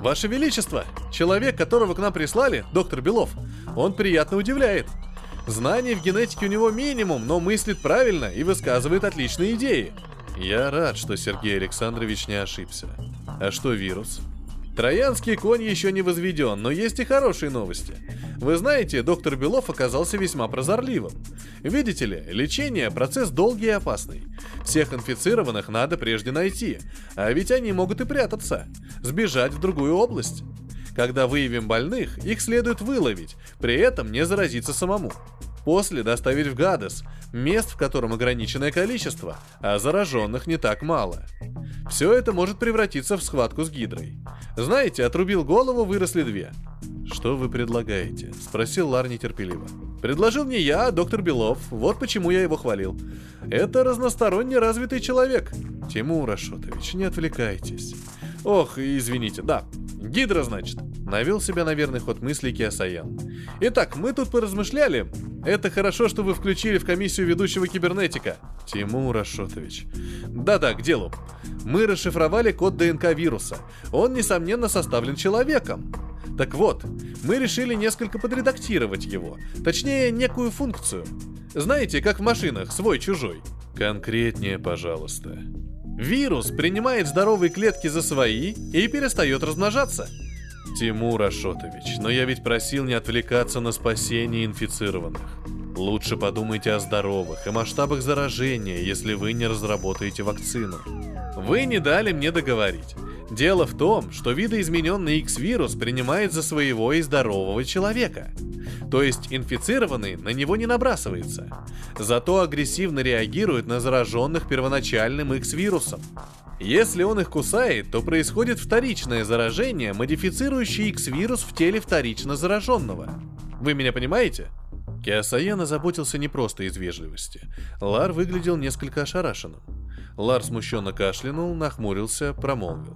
Ваше Величество, человек, которого к нам прислали, доктор Белов, он приятно удивляет. Знаний в генетике у него минимум, но мыслит правильно и высказывает отличные идеи. Я рад, что Сергей Александрович не ошибся. А что вирус? Троянский конь еще не возведен, но есть и хорошие новости. Вы знаете, доктор Белов оказался весьма прозорливым. Видите ли, лечение – процесс долгий и опасный. Всех инфицированных надо прежде найти, а ведь они могут и прятаться, сбежать в другую область. Когда выявим больных, их следует выловить, при этом не заразиться самому. После доставить в Гадес, мест в котором ограниченное количество, а зараженных не так мало. Все это может превратиться в схватку с Гидрой. Знаете, отрубил голову, выросли две. «Что вы предлагаете?» – спросил Лар нетерпеливо. «Предложил не я, а доктор Белов. Вот почему я его хвалил. Это разносторонне развитый человек. Тимур Ашотович, не отвлекайтесь. Ох, извините, да. Гидра, значит». Навел себя на верный ход мысли Киосаян. «Итак, мы тут поразмышляли. Это хорошо, что вы включили в комиссию ведущего кибернетика. Тимур Ашотович. Да-да, к делу. Мы расшифровали код ДНК вируса. Он, несомненно, составлен человеком. Так вот, мы решили несколько подредактировать его. Точнее, некую функцию. Знаете, как в машинах, свой-чужой. Конкретнее, пожалуйста. Вирус принимает здоровые клетки за свои и перестает размножаться. Тимур Ашотович, но я ведь просил не отвлекаться на спасение инфицированных. Лучше подумайте о здоровых и масштабах заражения, если вы не разработаете вакцину. Вы не дали мне договорить. Дело в том, что видоизмененный X-вирус принимает за своего и здорового человека. То есть инфицированный на него не набрасывается. Зато агрессивно реагирует на зараженных первоначальным X-вирусом. Если он их кусает, то происходит вторичное заражение, модифицирующее X-вирус в теле вторично зараженного. Вы меня понимаете? Киосаян озаботился не просто из вежливости. Лар выглядел несколько ошарашенным. Лар смущенно кашлянул, нахмурился, промолвил.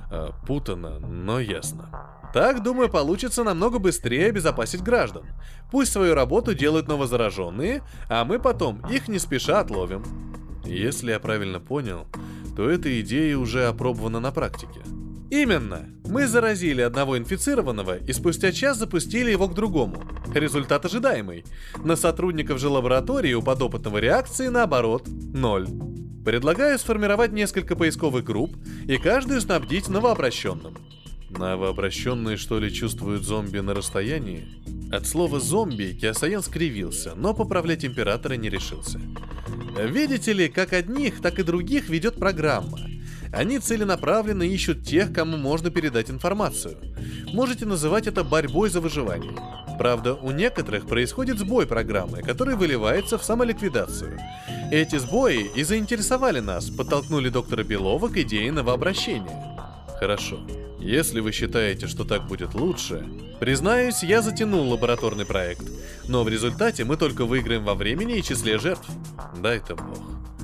Путано, но ясно. Так, думаю, получится намного быстрее обезопасить граждан. Пусть свою работу делают новозараженные, а мы потом их не спеша отловим. Если я правильно понял, то эта идея уже опробована на практике. Именно. Мы заразили одного инфицированного и спустя час запустили его к другому. Результат ожидаемый. На сотрудников же лаборатории у подопытного реакции, наоборот, 0. Предлагаю сформировать несколько поисковых групп и каждую снабдить новообращенным. Новообращенные, что ли, чувствуют зомби на расстоянии? От слова «зомби» Киосаян скривился, но поправлять императора не решился. Видите ли, как одних, так и других ведет программа. Они целенаправленно ищут тех, кому можно передать информацию. Можете называть это борьбой за выживание. Правда, у некоторых происходит сбой программы, который выливается в самоликвидацию. Эти сбои и заинтересовали нас, подтолкнули доктора Белова к идее новообращения. Хорошо. Если вы считаете, что так будет лучше, признаюсь, я затянул лабораторный проект, но в результате мы только выиграем во времени и числе жертв. Дай-то бог.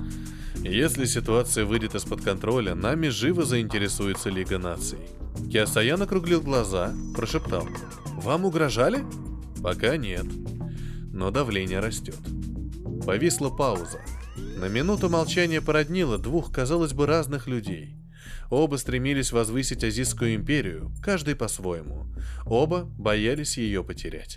Если ситуация выйдет из-под контроля, нами живо заинтересуется Лига наций. Киосаян округлил глаза, прошептал. Вам угрожали? Пока нет. Но давление растет. Повисла пауза. На минуту молчания породнило двух, казалось бы, разных людей. Оба стремились возвысить Азизскую империю, каждый по-своему. Оба боялись ее потерять.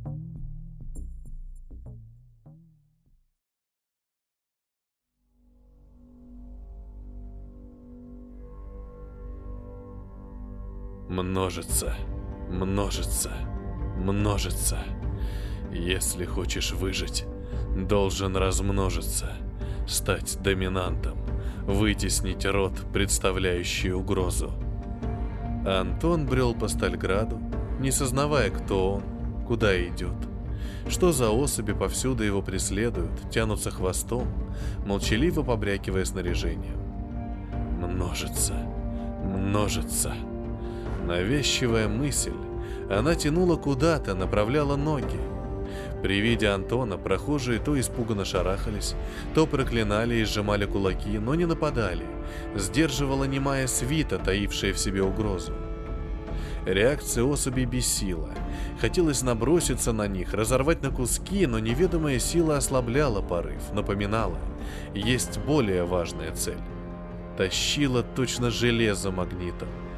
Множится, множится, множится. Если хочешь выжить, должен размножиться, стать доминантом, вытеснить род, представляющий угрозу. Антон брел по Стальграду, не сознавая, кто он, куда идет, что за особи повсюду его преследуют, тянутся хвостом, молчаливо побрякивая снаряжением. Множится, множится. Навязчивая мысль, она тянула куда-то, направляла ноги. При виде Антона прохожие то испуганно шарахались, то проклинали и сжимали кулаки, но не нападали. Сдерживала немая свита, таившая в себе угрозу. Реакция особей бесила. Хотелось наброситься на них, разорвать на куски, но неведомая сила ослабляла порыв, напоминала: есть более важная цель. Тащила точно железо магнитом.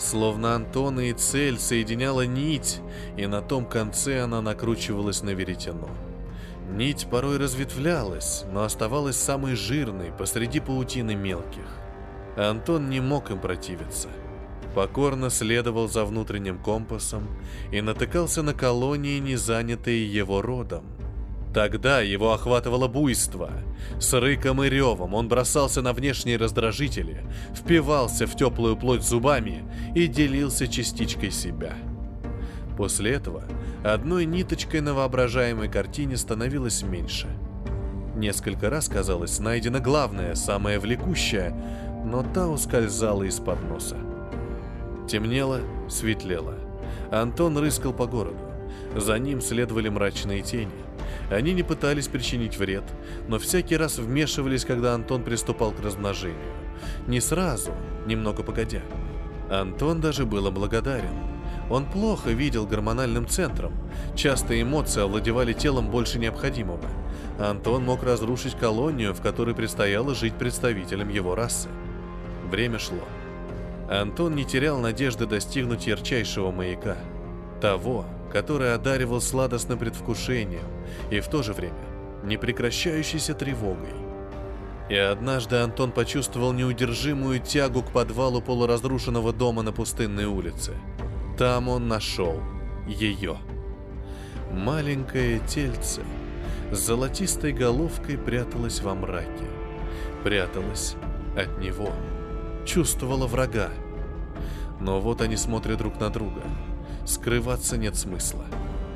Словно Антона и цель соединяла нить, и на том конце она накручивалась на веретено. Нить порой разветвлялась, но оставалась самой жирной посреди паутины мелких. Антон не мог им противиться. Покорно следовал за внутренним компасом и натыкался на колонии, не занятые его родом. Тогда его охватывало буйство. С рыком и ревом он бросался на внешние раздражители, впивался в теплую плоть зубами и делился частичкой себя. После этого одной ниточкой на воображаемой картине становилось меньше. Несколько раз, казалось, найдена главная, самая влекущая, но та ускользала из-под носа. Темнело, светлело. Антон рыскал по городу. За ним следовали мрачные тени. Они не пытались причинить вред, но всякий раз вмешивались, когда Антон приступал к размножению. Не сразу, немного погодя. Антон даже был им благодарен. Он плохо видел гормональным центром. Часто эмоции овладевали телом больше необходимого. Антон мог разрушить колонию, в которой предстояло жить представителям его расы. Время шло. Антон не терял надежды достигнуть ярчайшего маяка. Того, который одаривал сладостным предвкушением и в то же время непрекращающейся тревогой. И однажды Антон почувствовал неудержимую тягу к подвалу полуразрушенного дома на пустынной улице. Там он нашел ее. Маленькое тельце с золотистой головкой пряталось во мраке. Пряталось от него. Чувствовала врага. Но вот они смотрят друг на друга. Скрываться нет смысла.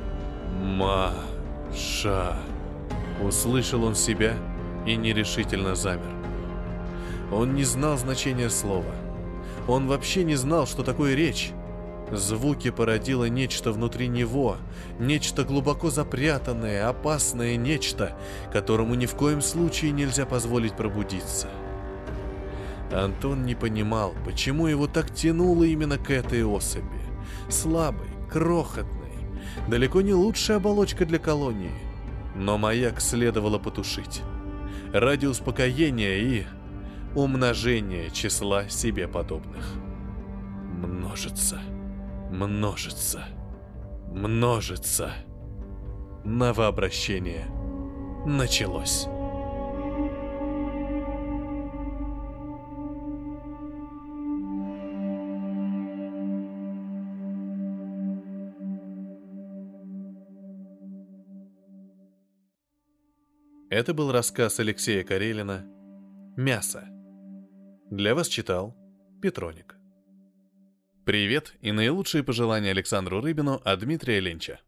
«Маша!» Услышал он себя и нерешительно замер. Он не знал значения слова. Он вообще не знал, что такое речь. Звуки породило нечто внутри него, нечто глубоко запрятанное, опасное нечто, которому ни в коем случае нельзя позволить пробудиться. Антон не понимал, почему его так тянуло именно к этой особи. Слабой, крохотной, далеко не лучшая оболочка для колонии. Но маяк следовало потушить. Ради успокоения и умножения числа себе подобных. Множится, множится, множится. Новообращение началось. Это был рассказ Алексея Карелина «Мясо». Для вас читал Петроник. Привет и наилучшие пожелания Александру Рыбину от Дмитрия Ленча.